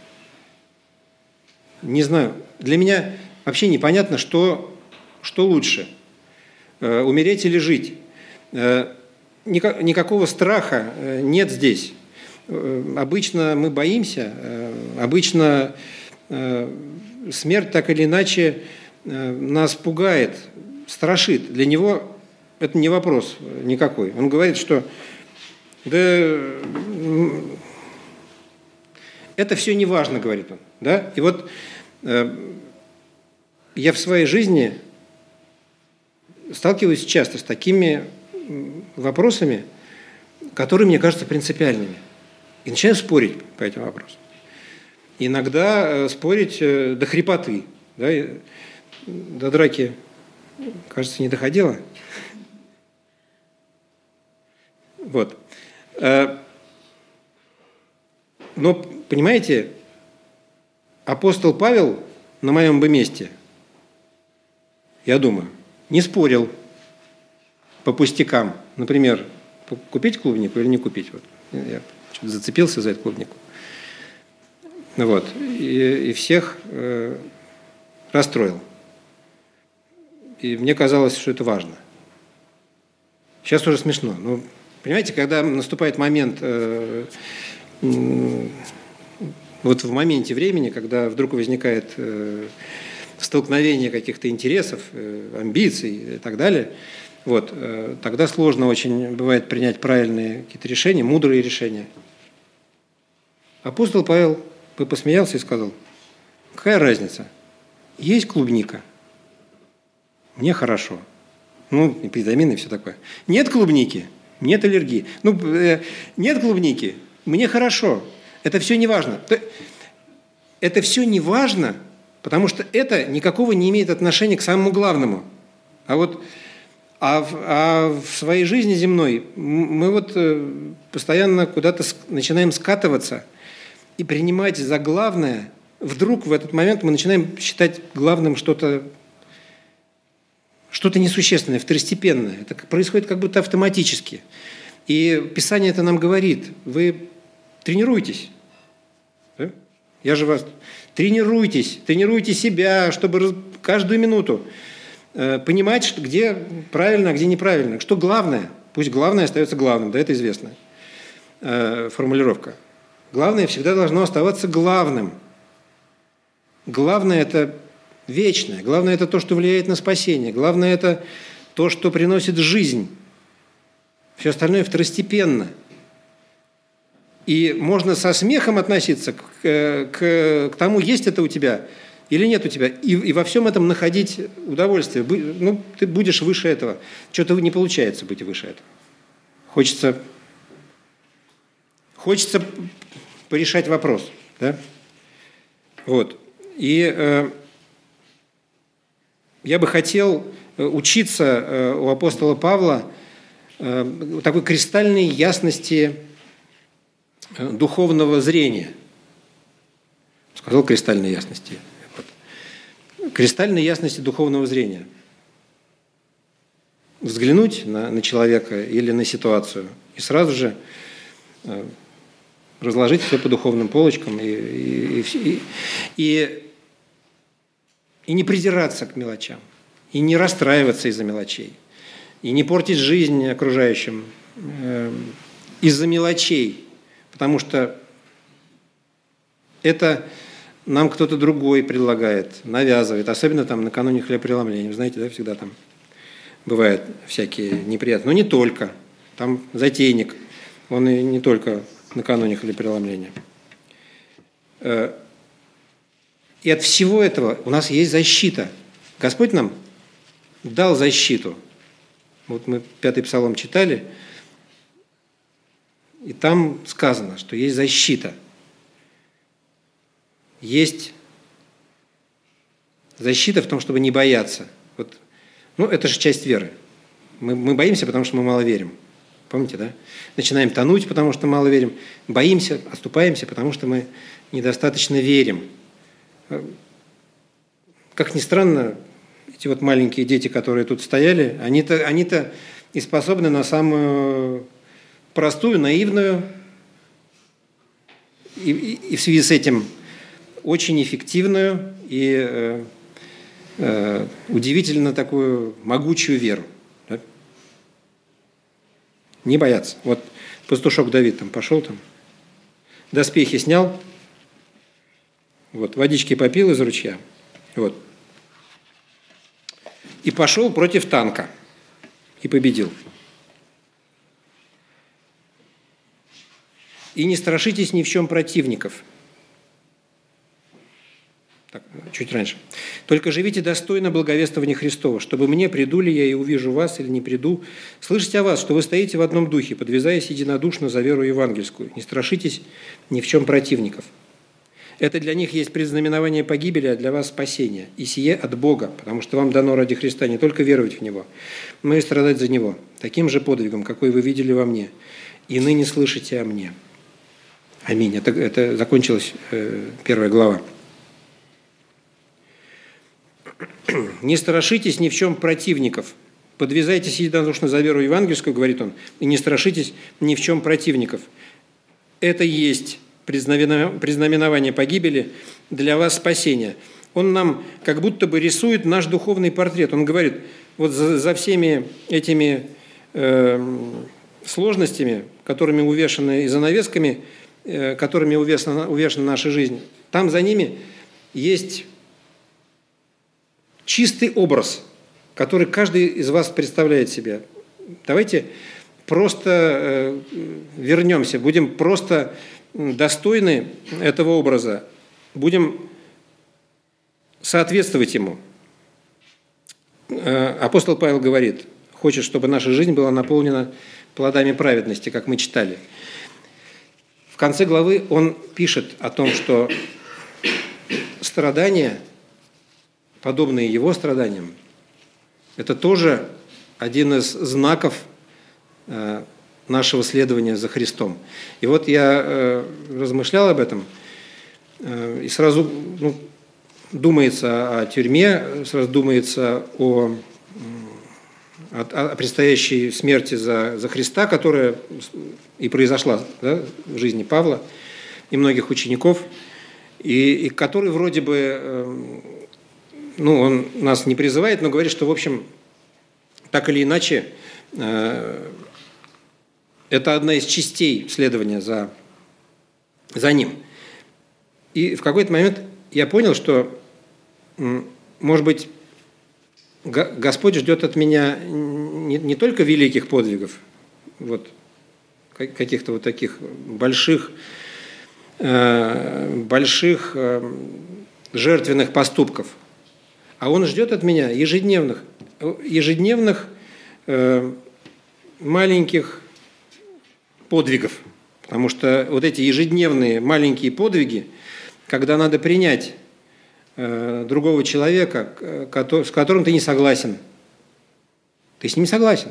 не знаю, для меня вообще непонятно, что, что лучше, э, умереть или жить. Э, никак, никакого страха э, нет здесь. Э, обычно мы боимся, э, обычно э, смерть так или иначе э, нас пугает, страшит. Для него это не вопрос никакой. Он говорит, что да, это все не важно, говорит он. Да? И вот э, я в своей жизни сталкиваюсь часто с такими вопросами, которые мне кажутся принципиальными. И начинаю спорить по этим вопросам. Иногда э, спорить э, до хрипоты. Да? И до драки, кажется, не доходило. Вот. Но, понимаете, апостол Павел на моем бы месте, я думаю, не спорил по пустякам. Например, купить клубнику или не купить. Вот. Я что-то зацепился за эту клубнику. Вот. И, и всех э, расстроил. И мне казалось, что это важно. Сейчас уже смешно. Но, понимаете, когда наступает момент, э, э, вот в моменте времени, когда вдруг возникает э, столкновение каких-то интересов, э, амбиций и так далее, Вот, тогда сложно очень бывает принять правильные какие-то решения, мудрые решения. Апостол Павел бы посмеялся и сказал: какая разница? Есть клубника, мне хорошо. Ну, эпидемины и все такое. Нет клубники, нет аллергии. Ну, нет клубники, мне хорошо. Это все не важно. Это все не важно, потому что это никакого не имеет отношения к самому главному. А вот а в, а в своей жизни земной мы вот постоянно куда-то начинаем скатываться и принимать за главное. Вдруг в этот момент мы начинаем считать главным что-то, что-то несущественное, второстепенное. Это происходит как будто автоматически. И Писание это нам говорит. Вы тренируйтесь. Да? Я же вас... Тренируйтесь, тренируйте себя, чтобы каждую минуту понимать, что где правильно, а где неправильно. Что главное? Пусть главное остается главным, да, это известная э, формулировка. Главное всегда должно оставаться главным. Главное – это вечное. Главное – это то, что влияет на спасение. Главное – это то, что приносит жизнь. Все остальное второстепенно. И можно со смехом относиться к, к, к тому, есть это у тебя или нет у тебя, и, и во всем этом находить удовольствие. Ну, ты будешь выше этого. Что-то не получается быть выше этого. Хочется, хочется порешать вопрос. Да? Вот. И э, я бы хотел учиться э, у апостола Павла э, такой кристальной ясности э, духовного зрения. Сказал кристальной ясности. Кристальной ясности духовного зрения. Взглянуть на, на человека или на ситуацию и сразу же э, разложить все по духовным полочкам и, и, и, и, и не придираться к мелочам, и не расстраиваться из-за мелочей, и не портить жизнь окружающим э, из-за мелочей, потому что это нам кто-то другой предлагает, навязывает, особенно там накануне хлебопреломления. Вы знаете, да, всегда там бывают всякие неприятности. Но не только. Там затейник, он и не только накануне хлебопреломления. И от всего этого у нас есть защита. Господь нам дал защиту. Вот мы пятый псалом читали, и там сказано, что есть защита. Есть защита в том, чтобы не бояться. Вот, ну, это же часть веры. Мы, мы боимся, потому что мы мало верим. Помните, да? Начинаем тонуть, потому что мало верим. Боимся, отступаемся, потому что мы недостаточно верим. Как ни странно, эти вот маленькие дети, которые тут стояли, они-то, они-то и способны на самую простую, наивную и, и, и в связи с этим очень эффективную и э, э, удивительно такую могучую веру. Да? Не бояться. Вот пастушок Давид там пошел, там, доспехи снял, вот, водички попил из ручья, вот, и пошел против танка и победил. И не страшитесь ни в чем противников. Так, чуть раньше. Только живите достойно благовествования Христова, чтобы мне, приду ли я и увижу вас или не приду, слышите о вас, что вы стоите в одном духе, подвязаясь единодушно за веру евангельскую. Не страшитесь ни в чем противников. Это для них есть предзнаменование погибели, а для вас спасение. И сие от Бога, потому что вам дано ради Христа не только веровать в Него, но и страдать за Него, таким же подвигом, какой вы видели во мне, и ныне слышите о мне. Аминь. Это, это закончилась э, первая глава. Не страшитесь ни в чем противников. Подвязайтесь единодушно за веру евангельскую, говорит он, и не страшитесь ни в чем противников. Это есть предзнаменование погибели, для вас спасение. Он нам как будто бы рисует наш духовный портрет. Он говорит, вот за, за всеми этими э, сложностями, которыми увешаны и занавесками, э, которыми увешана, увешана наша жизнь, там за ними есть чистый образ который каждый из вас представляет себе. Давайте просто вернемся, будем просто достойны этого образа, будем соответствовать ему. Апостол Павел говорит, хочет, чтобы наша жизнь была наполнена плодами праведности, как мы читали. В конце главы он пишет о том, что страдания, подобные его страданиям, это тоже один из знаков нашего следования за Христом. И вот я размышлял об этом, и сразу ну, думается о тюрьме, сразу думается о, о предстоящей смерти за, за Христа, которая и произошла, да, в жизни Павла и многих учеников, и, и который вроде бы, ну, он нас не призывает, но говорит, что, в общем, так или иначе, это одна из частей следования за, за ним. И в какой-то момент я понял, что, может быть, Господь ждет от меня не, не только великих подвигов, вот, каких-то вот таких больших, э, больших э, жертвенных поступков, а Он ждет от меня ежедневных, ежедневных э, маленьких подвигов. Потому что вот эти ежедневные маленькие подвиги, когда надо принять э, другого человека, с которым ты не согласен, ты с ним согласен,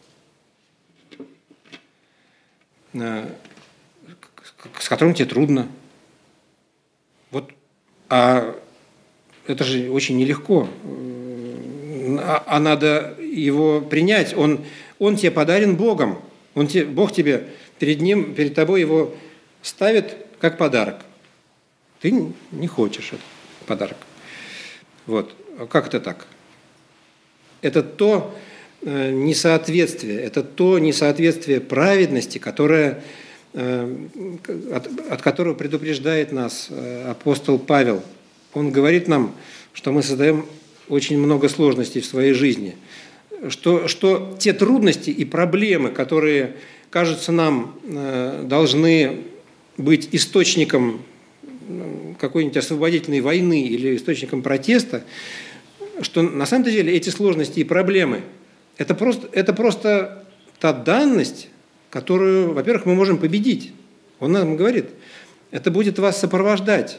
э, с которым тебе трудно. Вот, а это же очень нелегко. А, а надо его принять. Он, он тебе подарен Богом. Он тебе, Бог тебе перед ним, перед тобой его ставит как подарок. Ты не хочешь этот подарок. Вот. Как это так? Это то э, несоответствие, это то несоответствие праведности, которое, э, от, от которого предупреждает нас э, апостол Павел. Он говорит нам, что мы создаем очень много сложностей в своей жизни, что, что те трудности и проблемы, которые, кажется, нам э, должны быть источником какой-нибудь освободительной войны или источником протеста, что на самом деле эти сложности и проблемы – это просто, это просто та данность, которую, во-первых, мы можем победить. Он нам говорит, это будет вас сопровождать.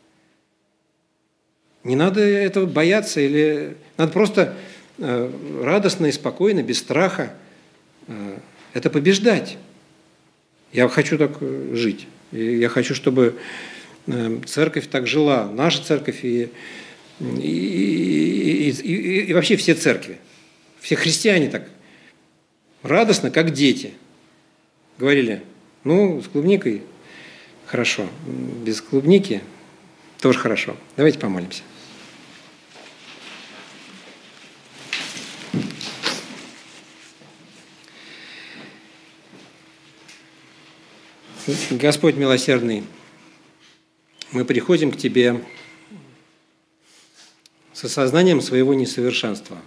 Не надо этого бояться, или надо просто радостно и спокойно, без страха это побеждать. Я хочу так жить. И я хочу, чтобы церковь так жила, наша церковь и, и, и, и, и вообще все церкви, все христиане так радостно, как дети. Говорили, ну, с клубникой хорошо, без клубники тоже хорошо. Давайте помолимся. Господь милосердный, мы приходим к Тебе с осознанием своего несовершенства.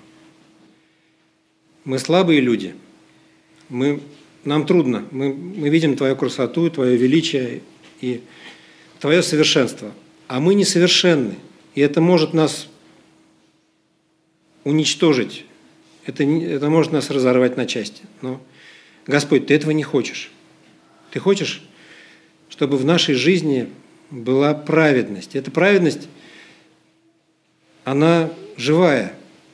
Мы слабые люди, мы, нам трудно, мы, мы видим Твою красоту, Твое величие и Твое совершенство, а мы несовершенны, и это может нас уничтожить, это, это может нас разорвать на части. Но, Господь, Ты этого не хочешь. Ты хочешь, чтобы в нашей жизни была праведность. Эта праведность, она живая.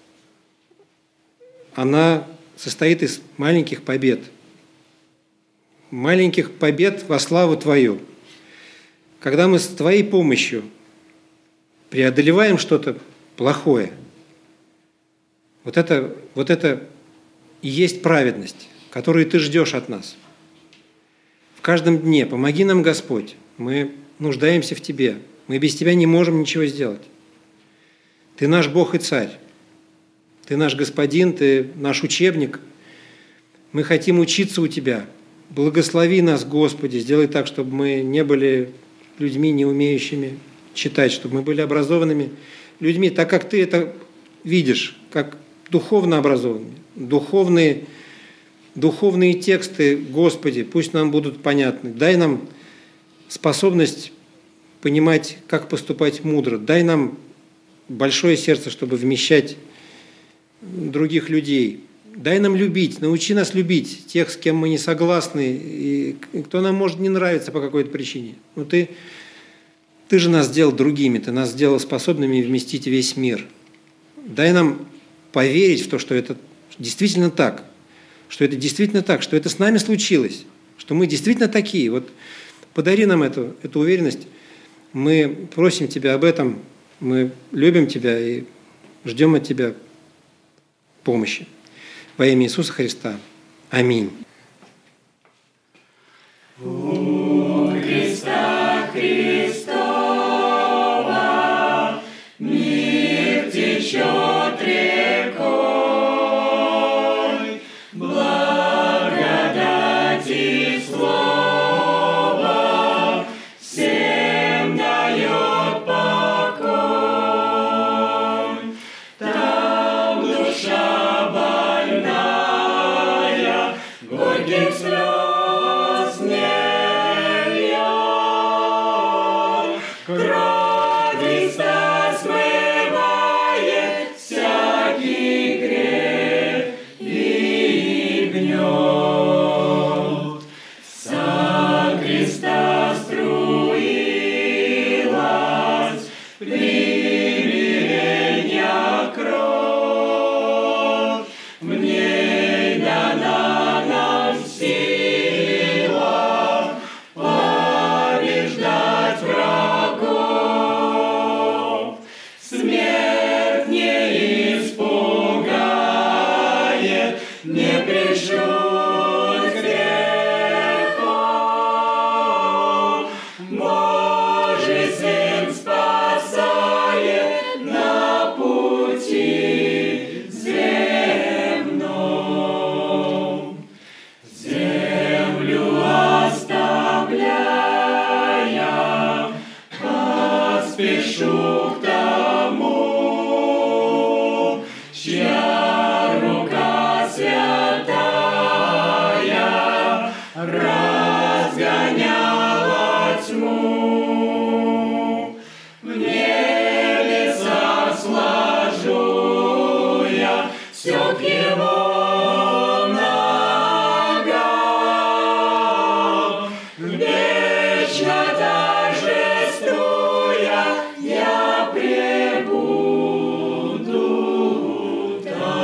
Она состоит из маленьких побед. Маленьких побед во славу Твою. Когда мы с Твоей помощью преодолеваем что-то плохое, вот это, вот это и есть праведность, которую Ты ждешь от нас. В каждом дне помоги нам, Господь. Мы нуждаемся в Тебе. Мы без Тебя не можем ничего сделать. Ты наш Бог и Царь. Ты наш Господин, Ты наш учебник. Мы хотим учиться у Тебя. Благослови нас, Господи, сделай так, чтобы мы не были людьми, не умеющими читать, чтобы мы были образованными людьми, так как Ты это видишь, как духовно образованными. Духовные, духовные тексты, Господи, пусть нам будут понятны. Дай нам способность понимать, как поступать мудро. Дай нам большое сердце, чтобы вмещать других людей. Дай нам любить, научи нас любить тех, с кем мы не согласны, и кто нам может не нравиться по какой-то причине. Но ты, ты же нас сделал другими, ты нас сделал способными вместить весь мир. Дай нам поверить в то, что это действительно так, что это действительно так, что это с нами случилось, что мы действительно такие. Вот подари нам эту, эту уверенность. Мы просим Тебя об этом, мы любим Тебя и ждем от Тебя помощи. Во имя Иисуса Христа. Аминь. У Христа Христова мир течет рекой, благодать и слово всем дает покой. Там душа горьких слез не льет, кровь Христа смывает всякий грех и гнет. Со креста струилась примирения кровь, в ней дана сила побеждать врагов. Смерть не испугает, не пришут к греху. Божий Сын спасает на пути земном. Землю оставляя, поспешу к тому, чья рука святая разгоняла тьму. В небесах сложу я все к Его вечно торжествуя, я пребуду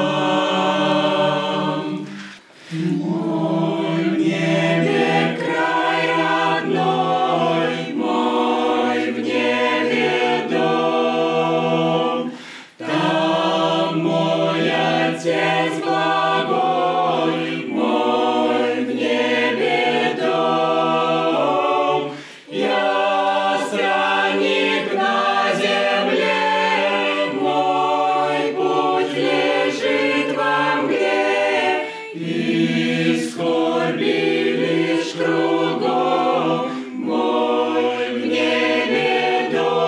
там. Мой в небе край родной, мой в небе дом. Там мой Отец благой, мой в небе дом. Я странник на земле, мой путь лежит во мгле, и скорби лишь кругом, мой в небе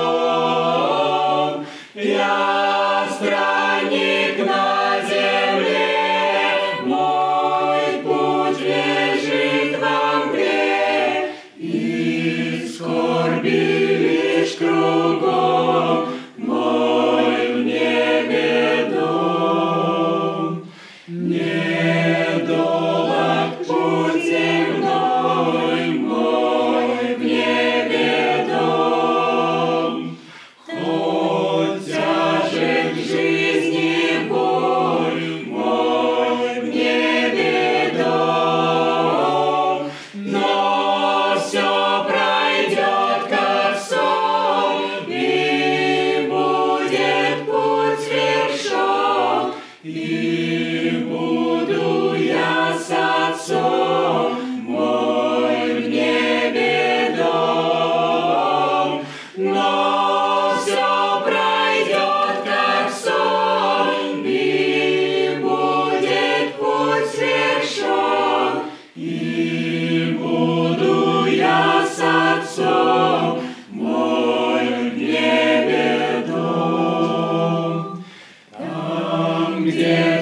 дом. Я странник на земле, мой путь лежит во мгле, и скорби лишь кругом, мой в небе дом. Недолог путь земной, мой в небе дом. Хоть тяжек жизни боль, мой в небе дом. Но все пройдет как сон, и будет путь свершен, и буду я с Отцом, мой в небе дом. Но все пройдет как сон, и будет путь свершен, и буду я с Отцом, мой в небе дом. Там, где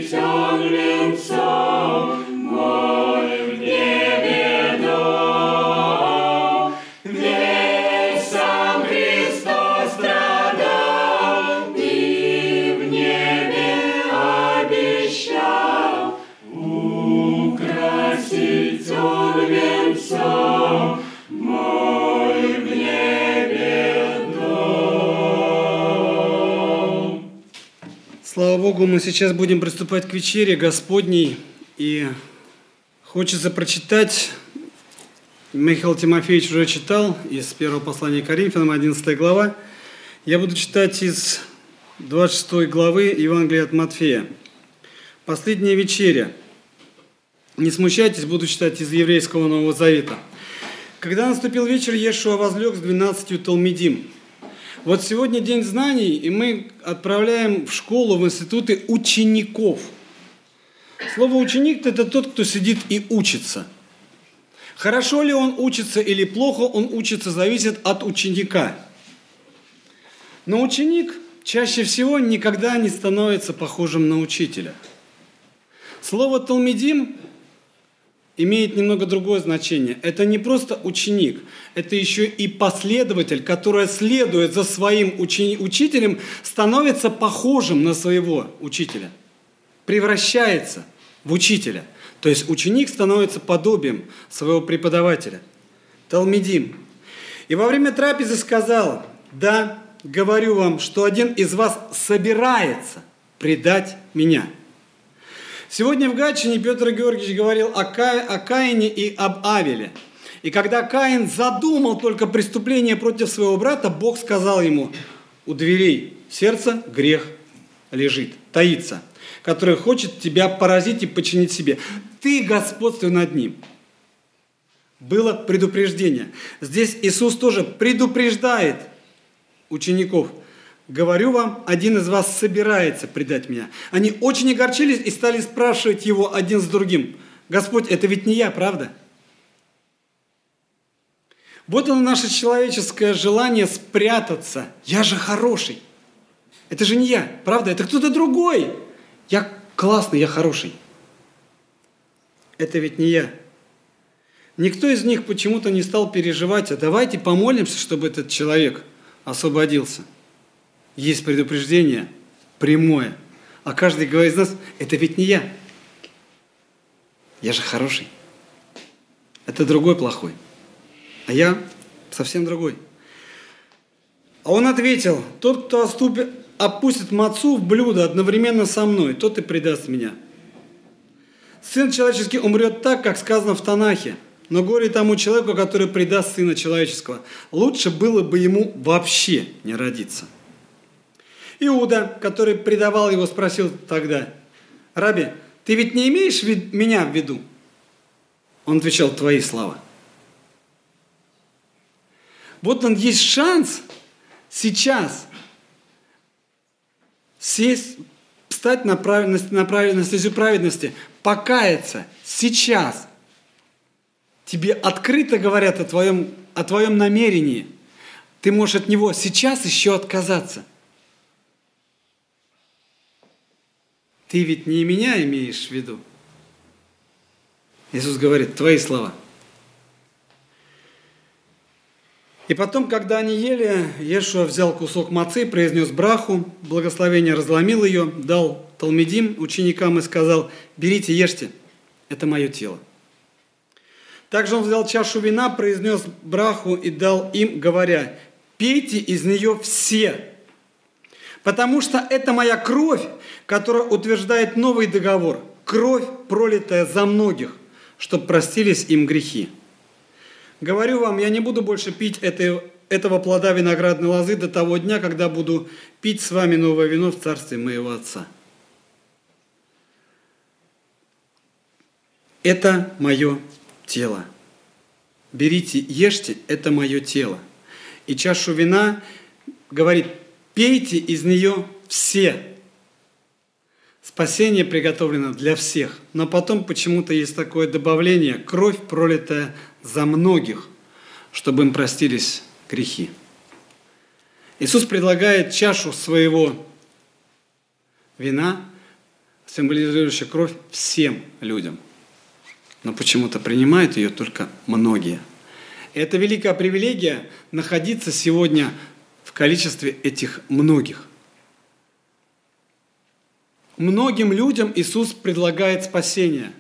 светен венцом мой в небе дом. Ведь сам Христос страдал и в небе обещал украсить Он венцом мой в небе дом. Слава Богу, мы сейчас будем приступать к вечере Господней, и хочется прочитать, Михаил Тимофеевич уже читал из первого послания Коринфянам, одиннадцатая глава. Я буду читать из двадцать шестой главы Евангелия от Матфея. Последняя вечеря. Не смущайтесь, буду читать из еврейского Нового Завета. Когда наступил вечер, Иешуа возлег с двенадцатью талмидим. Вот сегодня день знаний, и мы отправляем в школу, в институты учеников. Слово «ученик» – это тот, кто сидит и учится. Хорошо ли он учится или плохо он учится, зависит от ученика. Но ученик чаще всего никогда не становится похожим на учителя. Слово «талмидим» имеет немного другое значение. Это не просто ученик, это еще и последователь, который, следуя за своим учени- учителем, становится похожим на своего учителя, превращается в учителя. То есть ученик становится подобием своего преподавателя. Талмидим. И во время трапезы сказал: «Да, говорю вам, что один из вас собирается предать меня». Сегодня в Гатчине Петр Георгиевич говорил о, Ка... о Каине и об Авеле. И когда Каин задумал только преступление против своего брата, Бог сказал ему: у дверей сердца грех лежит, таится, который хочет тебя поразить и подчинить себе. Ты господствуй над ним. Было предупреждение. Здесь Иисус тоже предупреждает учеников. Говорю вам, один из вас собирается предать меня. Они очень огорчились и стали спрашивать его один с другим: Господь, это ведь не я, правда? Вот оно наше человеческое желание спрятаться. Я же хороший. Это же не я, правда? Это кто-то другой. Я классный, я хороший. Это ведь не я. Никто из них почему-то не стал переживать: а давайте помолимся, чтобы этот человек освободился. Есть предупреждение прямое. А каждый говорит из нас: это ведь не я. Я же хороший. Это другой плохой. А я совсем другой. А он ответил: тот, кто оступит, опустит мацу в блюдо одновременно со мной, тот и предаст меня. Сын человеческий умрет так, как сказано в Танахе. Но горе тому человеку, который предаст сына человеческого. Лучше было бы ему вообще не родиться. Иуда, который предавал его, спросил тогда: «Раби, ты ведь не имеешь вид- меня в виду?» Он отвечал: «Твои слова». Вот он есть шанс сейчас сесть, встать на, праведность, на, праведность, на стезю праведности, покаяться сейчас. Тебе открыто говорят о твоем, о твоем намерении. Ты можешь от него сейчас еще отказаться. Ты ведь не меня имеешь в виду. Иисус говорит: твои слова. И потом, когда они ели, Иешуа взял кусок мацы, произнес браху, благословение, разломил ее, дал талмидим, ученикам, и сказал: берите, ешьте, это мое тело. Также он взял чашу вина, произнес браху и дал им, говоря: пейте из нее все, потому что это моя кровь, которая утверждает новый договор, кровь, пролитая за многих, чтобы простились им грехи. Говорю вам, я не буду больше пить этой, этого плода виноградной лозы до того дня, когда буду пить с вами новое вино в царстве моего Отца. Это мое тело. Берите, ешьте, это мое тело. И чашу вина, говорит, пейте из нее все. Спасение приготовлено для всех. Но потом почему-то есть такое добавление: кровь, пролитая за многих, чтобы им простились грехи. Иисус предлагает чашу своего вина, символизирующая кровь всем людям. Но почему-то принимают ее только многие. И это великая привилегия находиться сегодня в количестве этих многих. Многим людям Иисус предлагает спасение.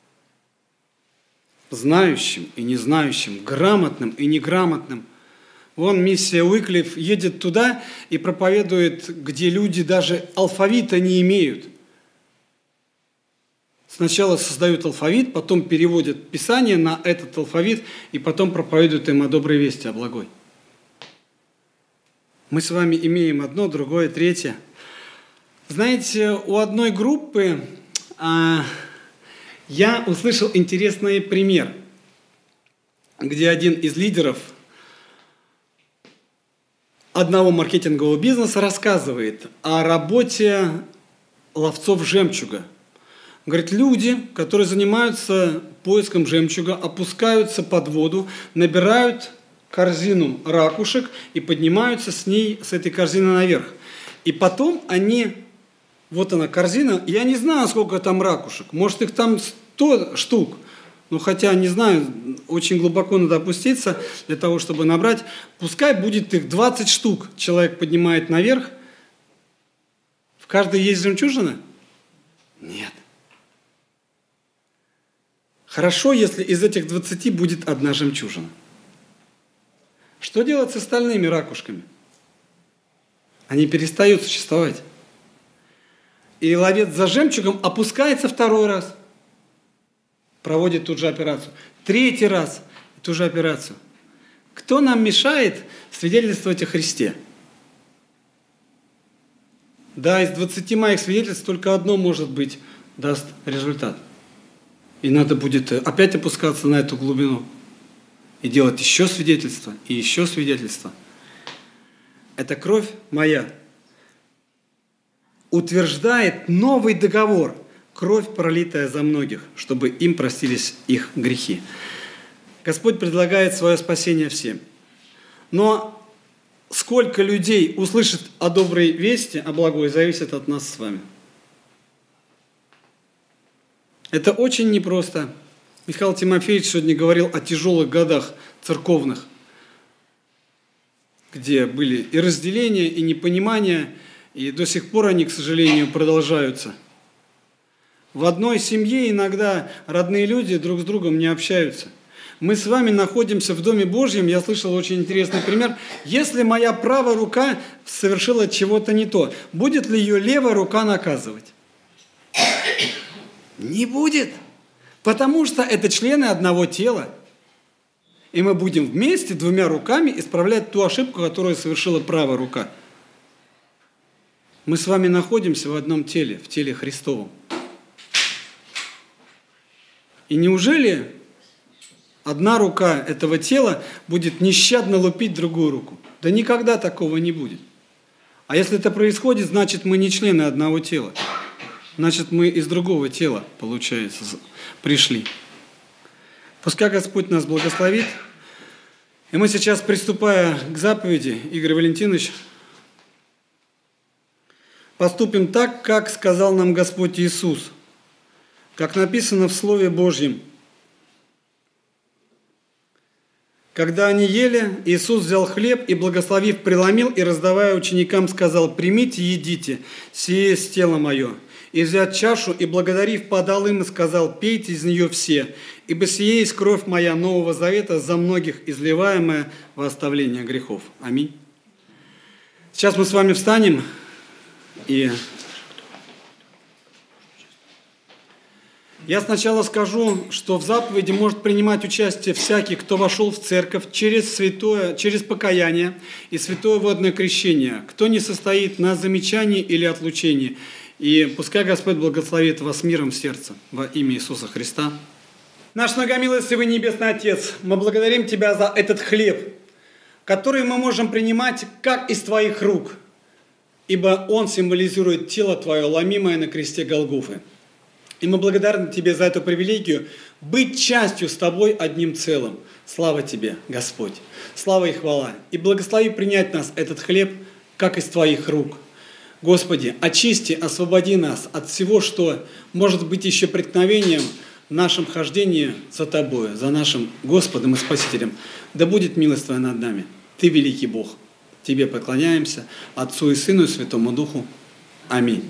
Знающим и незнающим, грамотным и неграмотным. Вон миссия Уиклиф едет туда и проповедует, где люди даже алфавита не имеют. Сначала создают алфавит, потом переводят Писание на этот алфавит и потом проповедуют им о доброй вести, о благой. Мы с вами имеем одно, другое, третье. Знаете, у одной группы а, я услышал интересный пример, где один из лидеров одного маркетингового бизнеса рассказывает о работе ловцов жемчуга. Говорит, люди, которые занимаются поиском жемчуга, опускаются под воду, набирают корзину ракушек и поднимаются с ней, с этой корзины наверх. И потом они, вот она корзина, я не знаю, сколько там ракушек, может их там сто штук, ну хотя, не знаю, очень глубоко надо опуститься для того, чтобы набрать, пускай будет их двадцать штук, человек поднимает наверх, в каждой есть жемчужина? Нет. Хорошо, если из этих двадцати будет одна жемчужина. Что делать с остальными ракушками? Они перестают существовать. И ловец за жемчугом опускается второй раз. Проводит тут же операцию. Третий раз ту же операцию. Кто нам мешает свидетельствовать о Христе? Да, из двадцати моих свидетельств только одно, может быть, даст результат. И надо будет опять опускаться на эту глубину и делать еще свидетельство, и еще свидетельство. Эта кровь моя утверждает новый договор, кровь, пролитая за многих, чтобы им простились их грехи. Господь предлагает свое спасение всем. Но сколько людей услышит о доброй вести, о благой, зависит от нас с вами. Это очень непросто. Михаил Тимофеевич сегодня говорил о тяжелых годах церковных, где были и разделения, и непонимания, и до сих пор они, к сожалению, продолжаются. В одной семье иногда родные люди друг с другом не общаются. Мы с вами находимся в Доме Божьем, я слышал очень интересный пример. Если моя правая рука совершила чего-то не то, будет ли ее левая рука наказывать? Не будет, потому что это члены одного тела. И мы будем вместе двумя руками исправлять ту ошибку, которую совершила правая рука. Мы с вами находимся в одном теле, в теле Христовом. И неужели одна рука этого тела будет нещадно лупить другую руку? Да никогда такого не будет. А если это происходит, значит, мы не члены одного тела. Значит, мы из другого тела, получается, пришли. Пускай Господь нас благословит. И мы сейчас, приступая к заповеди, Игорь Валентинович, поступим так, как сказал нам Господь Иисус, как написано в Слове Божьем. Когда они ели, Иисус взял хлеб и, благословив, преломил и, раздавая ученикам, сказал: «Примите, едите, сие есть тело мое». И, взяв чашу, и, благодарив, подал им и сказал: «Пейте из нее все, ибо сие есть кровь моя Нового Завета, за многих изливаемая во оставление грехов». Аминь. Сейчас мы с вами встанем и... Я сначала скажу, что в заповеди может принимать участие всякий, кто вошел в церковь через святое, через покаяние и святое водное крещение, кто не состоит на замечании или отлучении. И пускай Господь благословит вас миром в сердце во имя Иисуса Христа. Наш многомилостивый Небесный Отец, мы благодарим Тебя за этот хлеб, который мы можем принимать как из Твоих рук, ибо он символизирует тело Твое, ломимое на кресте Голгофы. И мы благодарны Тебе за эту привилегию быть частью с Тобой одним целым. Слава Тебе, Господь! Слава и хвала! И благослови принять нас этот хлеб, как из Твоих рук. Господи, очисти, освободи нас от всего, что может быть еще преткновением в нашем хождении за Тобою, за нашим Господом и Спасителем. Да будет милость Твоя над нами. Ты великий Бог. Тебе поклоняемся, Отцу и Сыну и Святому Духу. Аминь.